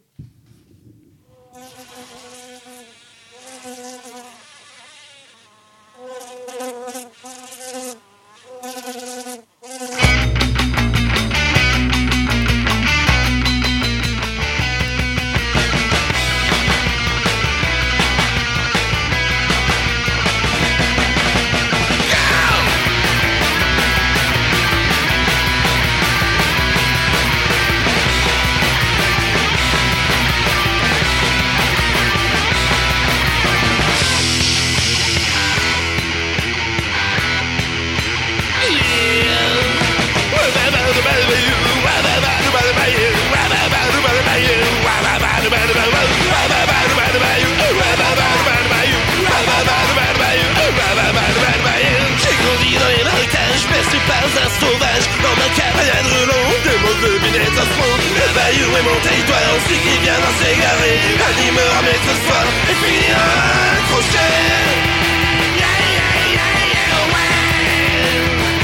J'ai grandi dans les marécages, bercé par un sauvage. Dans ma cabane roulant, de mon gobinet en front. Le bayou est mon territoire, celui qui vient d'en s'égarer animera mes soir et finira accroché. Yeah, yeah, yeah, yeah, ouais.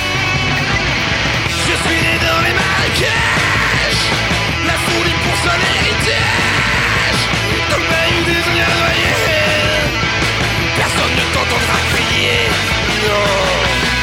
Je suis né dans les marécages, la folie pour son héritage. Dans le bayou des Indiens noyés, personne ne t'entendra crier, non.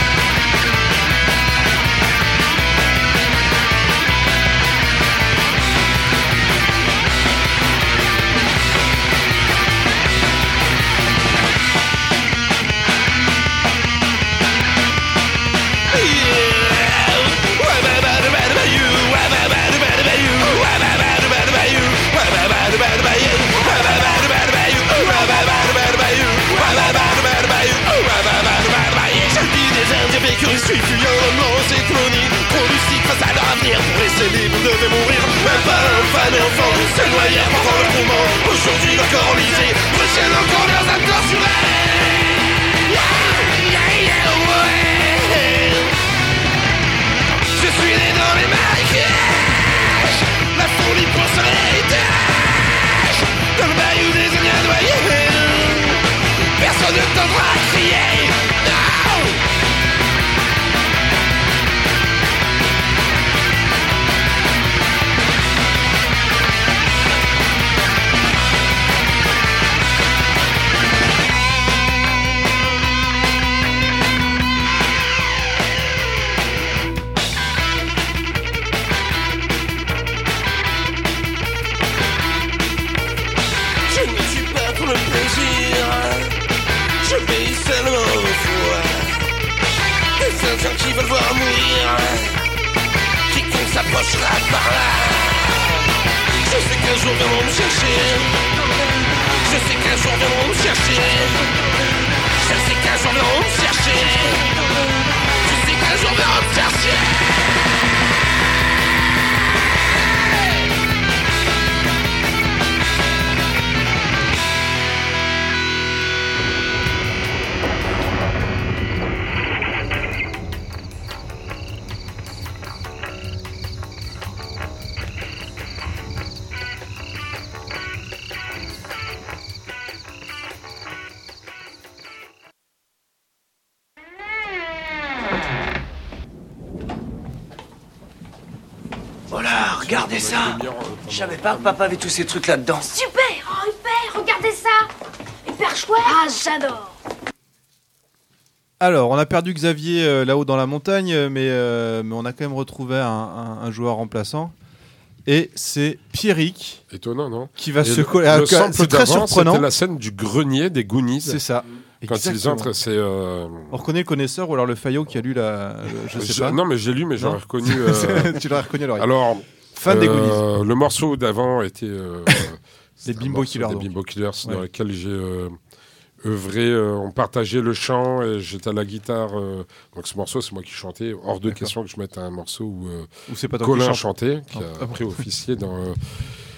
Je suis fuyant dans ces colonies, trop lucide face à leur avenir. Pour laisser libre, vous devez mourir. Même pas un fan et enfant se noyer pendant le tourment. Aujourd'hui leur corps enlisé retiennent encore leurs âmes torturées. Yeah, yeah, yeah, ouais. Je suis né dans les marécages, la folie pour son héritage. Dans le bayou des Indiens noyés, personne ne t'entendra crier, non. Je ne suis pas pour le plaisir, je vis seulement au foi. Des Indiens qui veulent voir mourir, quiconque s'approchera par là. Je sais qu'un jour viendront me chercher, je sais qu'un jour viendront me chercher, je sais qu'un jour viendront me chercher, je sais qu'un jour viendront me chercher. Voilà, regardez ça. Je savais pas que papa avait tous ces trucs là-dedans. Super, oh hyper, regardez ça. Hyper chouette. Ah, j'adore. Alors, on a perdu Xavier euh, là-haut dans la montagne, euh, mais, euh, mais on a quand même retrouvé un, un- un joueur remplaçant. Et c'est Pierrick. Étonnant, non? Qui va Et se le- coller. le Ah, sample c'est très d'avant, surprenant. C'était la scène du grenier des Goonies. C'est ça. Quand ils Exactement. entrent, c'est. euh, On reconnaît le connaisseur ou alors le Fayot qui a lu la. le- je sais je- pas. Non, mais j'ai lu, mais j'aurais Non. reconnu. euh, Tu l'aurais reconnu à l'oreille. Alors, Fan des euh, Goonies. Le morceau d'avant était. euh, Des c'était un Bimbo morceau Killers, Des donc. Bimbo Killers, dans Ouais. lequel j'ai euh, œuvré. euh, on partageait le chant et j'étais à la guitare. euh, donc ce morceau, c'est moi qui chantais. Hors de D'accord. question que je mette un morceau où, euh, Où c'est pas toi qui Colin chante. chantait, qui Ah, a ah bon. après officié dans. euh,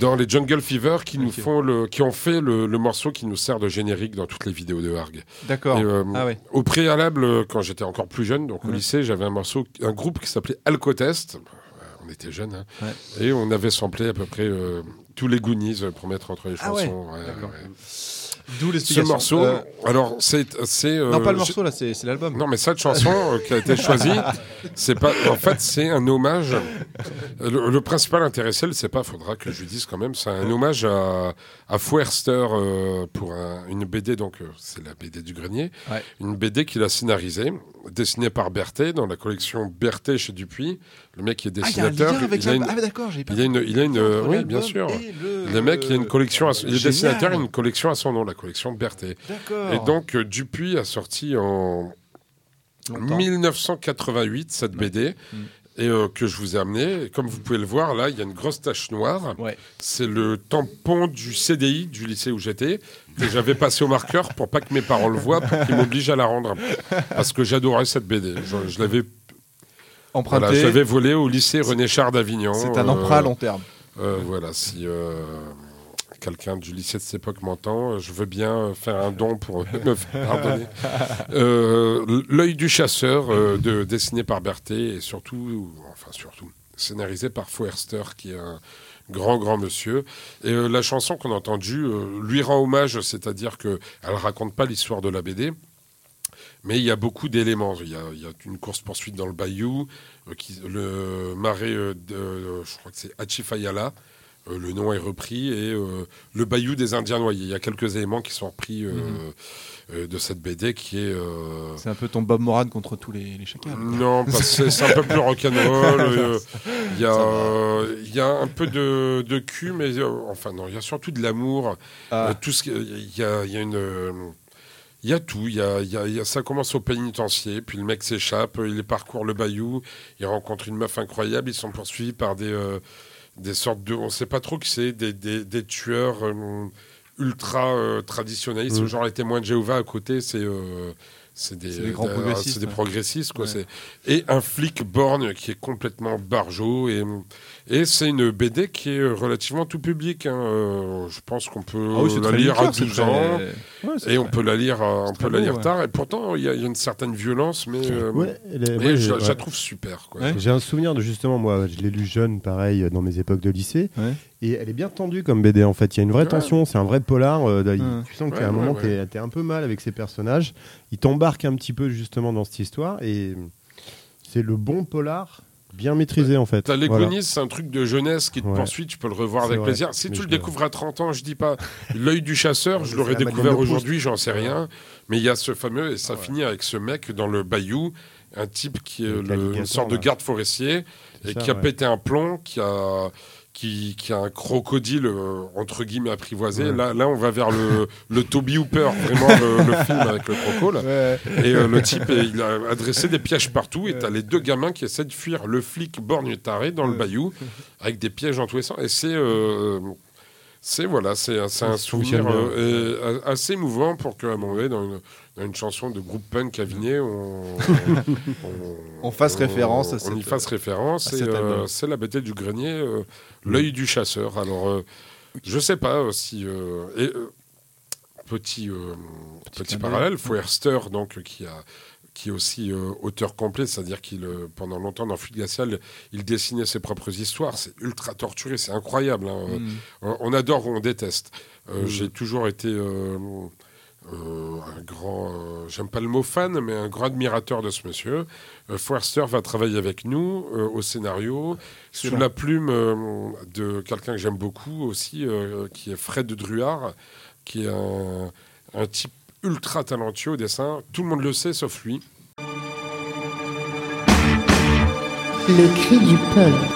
dans les Jungle Fever qui nous Ok. font le, qui ont fait le, le morceau qui nous sert de générique dans toutes les vidéos de Harg. D'accord. Et, euh, Ah ouais. Au préalable, euh, quand j'étais encore plus jeune, donc au Ouais. lycée, j'avais un morceau, un groupe qui s'appelait Alcotest. On était jeunes, hein. Ouais. Et on avait samplé à peu près euh, tous les Goonies pour mettre entre les Ah ouais. chansons. Ouais, D'accord. ouais. D'où Ce l'explication. morceau, Euh, alors c'est, c'est euh, non, pas le j'ai- morceau là, c'est c'est l'album. Non, mais cette chanson euh, qui a été choisie, c'est pas. En fait, c'est un hommage. Le, le principal intéressé, le sait pas. Faudra que je lui dise quand même. C'est un hommage à, à Foerster euh, pour un- une B D. Donc, euh, c'est la B D du Grenier. Ouais. Une B D qu'il a scénarisée, dessinée par Berthet dans la collection Berthet chez Dupuis. Le mec qui est Ah, il y a un dessinateur. lien avec il a l'album. une- Ah, mais d'accord, j'ai pas. il a une, il a une, Entre oui, l'album bien sûr. et le- Le mec, il a une collection. À, il est Génial. dessinateur, il a une collection à son nom, la collection Berthet. D'accord. Et donc, euh, Dupuis a sorti en Longtemps. mille neuf cent quatre-vingt-huit cette B D. Mm. Et euh, que je vous ai amené. Et comme vous pouvez le voir, là, il y a une grosse tache noire. Ouais. C'est le tampon du C D I du lycée où j'étais, que j'avais passé au marqueur pour pas que mes parents le voient, pour qu'ils m'obligent à la rendre. Parce que j'adorais cette B D. Je, je l'avais Emprunté. voilà, je l'avais volée au lycée René Char d'Avignon. C'est un Euh, emprunt à long terme. euh, voilà, si euh, quelqu'un du lycée de cette époque m'entend, je veux bien faire un don pour me faire pardonner. Euh, L'œil du chasseur, euh, de, dessiné par Berthet, et surtout, enfin surtout, scénarisé par Foerster, qui est un grand, grand monsieur. Et euh, la chanson qu'on a entendue euh, lui rend hommage, c'est-à-dire qu'elle ne raconte pas l'histoire de la B D, mais il y a beaucoup d'éléments. Il y a, il y a une course-poursuite dans le bayou, euh, qui, le marais, euh, de, euh, je crois que c'est Achifayala, euh, le nom est repris, et euh, le bayou des Indiens noyés. Il y a quelques éléments qui sont repris euh, Mhm. euh, de cette B D qui est... euh, C'est un peu ton Bob Moran contre tous les, les chacals. non, parce que c'est- c'est un peu plus rock'n'roll. euh, Il y, a, Ça va. euh, il y a un peu de, de cul, mais euh, enfin non, il y a surtout de l'amour. Ah. Euh, tout ce qui- il y a, il y a une, euh, il y a tout. Il y a, il y a- il y a- ça commence au pénitencier, puis le mec s'échappe, euh, il parcourt le bayou, il rencontre une meuf incroyable, ils sont poursuivis par des, euh, des sortes de, on sait pas trop qui c'est, des, des, des tueurs euh, ultra euh, traditionnalistes, Mm. genre les témoins de Jéhovah à côté, c'est euh, c'est des, C'est des grands euh, progressistes, c'est des ouais. progressistes, quoi. Ouais. C'est- et un flic borgne qui est complètement barjot. Et, et c'est une B D qui est relativement tout public. hein. Euh, je pense qu'on peut Ah oui, c'est la très lire à liqueur, c'est douze très- ans. Ouais, c'est Et on très- peut la lire, à- on très peut la beau, lire ouais. tard. Et pourtant, il y, a il y a une certaine violence, mais euh, Ouais, elle est- et ouais, je, j'ai- je la ouais. trouve super. Quoi. Ouais. J'ai un souvenir de justement, moi, je l'ai lu jeune, pareil, dans mes époques de lycée. Ouais. Et elle est bien tendue comme B D en fait. Il y a une vraie Ouais. tension, c'est un vrai polar. euh, il- Ouais. Tu sens qu'à Ouais, un ouais, moment, ouais. t'es t'es un peu mal avec ces personnages. Il t'embarque un petit peu justement dans cette histoire. Et c'est le bon polar bien maîtrisé en fait. T'as les Voilà. Goonies, c'est un truc de jeunesse qui te Ouais. poursuit, tu peux le revoir C'est avec vrai. plaisir. Si Mais tu je le le- découvres à trente ans, je dis pas l'œil du chasseur, je C'est l'aurais la Madeleine découvert de Proust. aujourd'hui, j'en sais rien. Mais il y a ce fameux, et ça finit avec ce mec dans le bayou, un type qui est Avec le- l'alligator, une sorte de là. garde forestier, C'est et ça, qui a ouais. pété un plomb, qui a... Qui, qui a un crocodile euh, entre guillemets apprivoisé. Ouais. Là, là, on va vers le, le Toby Hooper, vraiment le, le film avec le croco. là. Ouais. Et euh, le type, euh, il a adressé des pièges partout. Et t'as les deux gamins qui essaient de fuir le flic borgne taré dans le Ouais. bayou avec des pièges en tous les sens. Et c'est, euh, c'est voilà, c'est, un- c'est un Ça souvenir fonctionne bien. euh, et, a- assez émouvant pour qu'à un moment donné, dans une, dans une chanson de groupe punk Avigné, on, on, On fasse référence à on cette- y fasse référence. à Et cet euh, album. c'est la bêtise du grenier, euh, l'œil du chasseur. Alors, euh, je sais pas euh, si. euh, et, euh, petit euh, petit, clin d'œil. parallèle, Foerster, donc, qui a qui est aussi euh, auteur complet, c'est-à-dire qu'il, euh, pendant longtemps, dans Fuite glaciale, il dessinait ses propres histoires. C'est ultra torturé, c'est incroyable. hein. Mm. On, on adore ou on déteste. Euh, Mm. J'ai toujours été euh, euh, un grand, euh, j'aime pas le mot fan, mais un grand admirateur de ce monsieur. Euh, Foerster va travailler avec nous euh, au scénario, sous Excellent. la plume euh, de quelqu'un que j'aime beaucoup aussi, euh, qui est Fred Druard, qui est un, un type ultra talentueux au dessin. Tout le monde le sait, sauf lui. Le cri du peuple.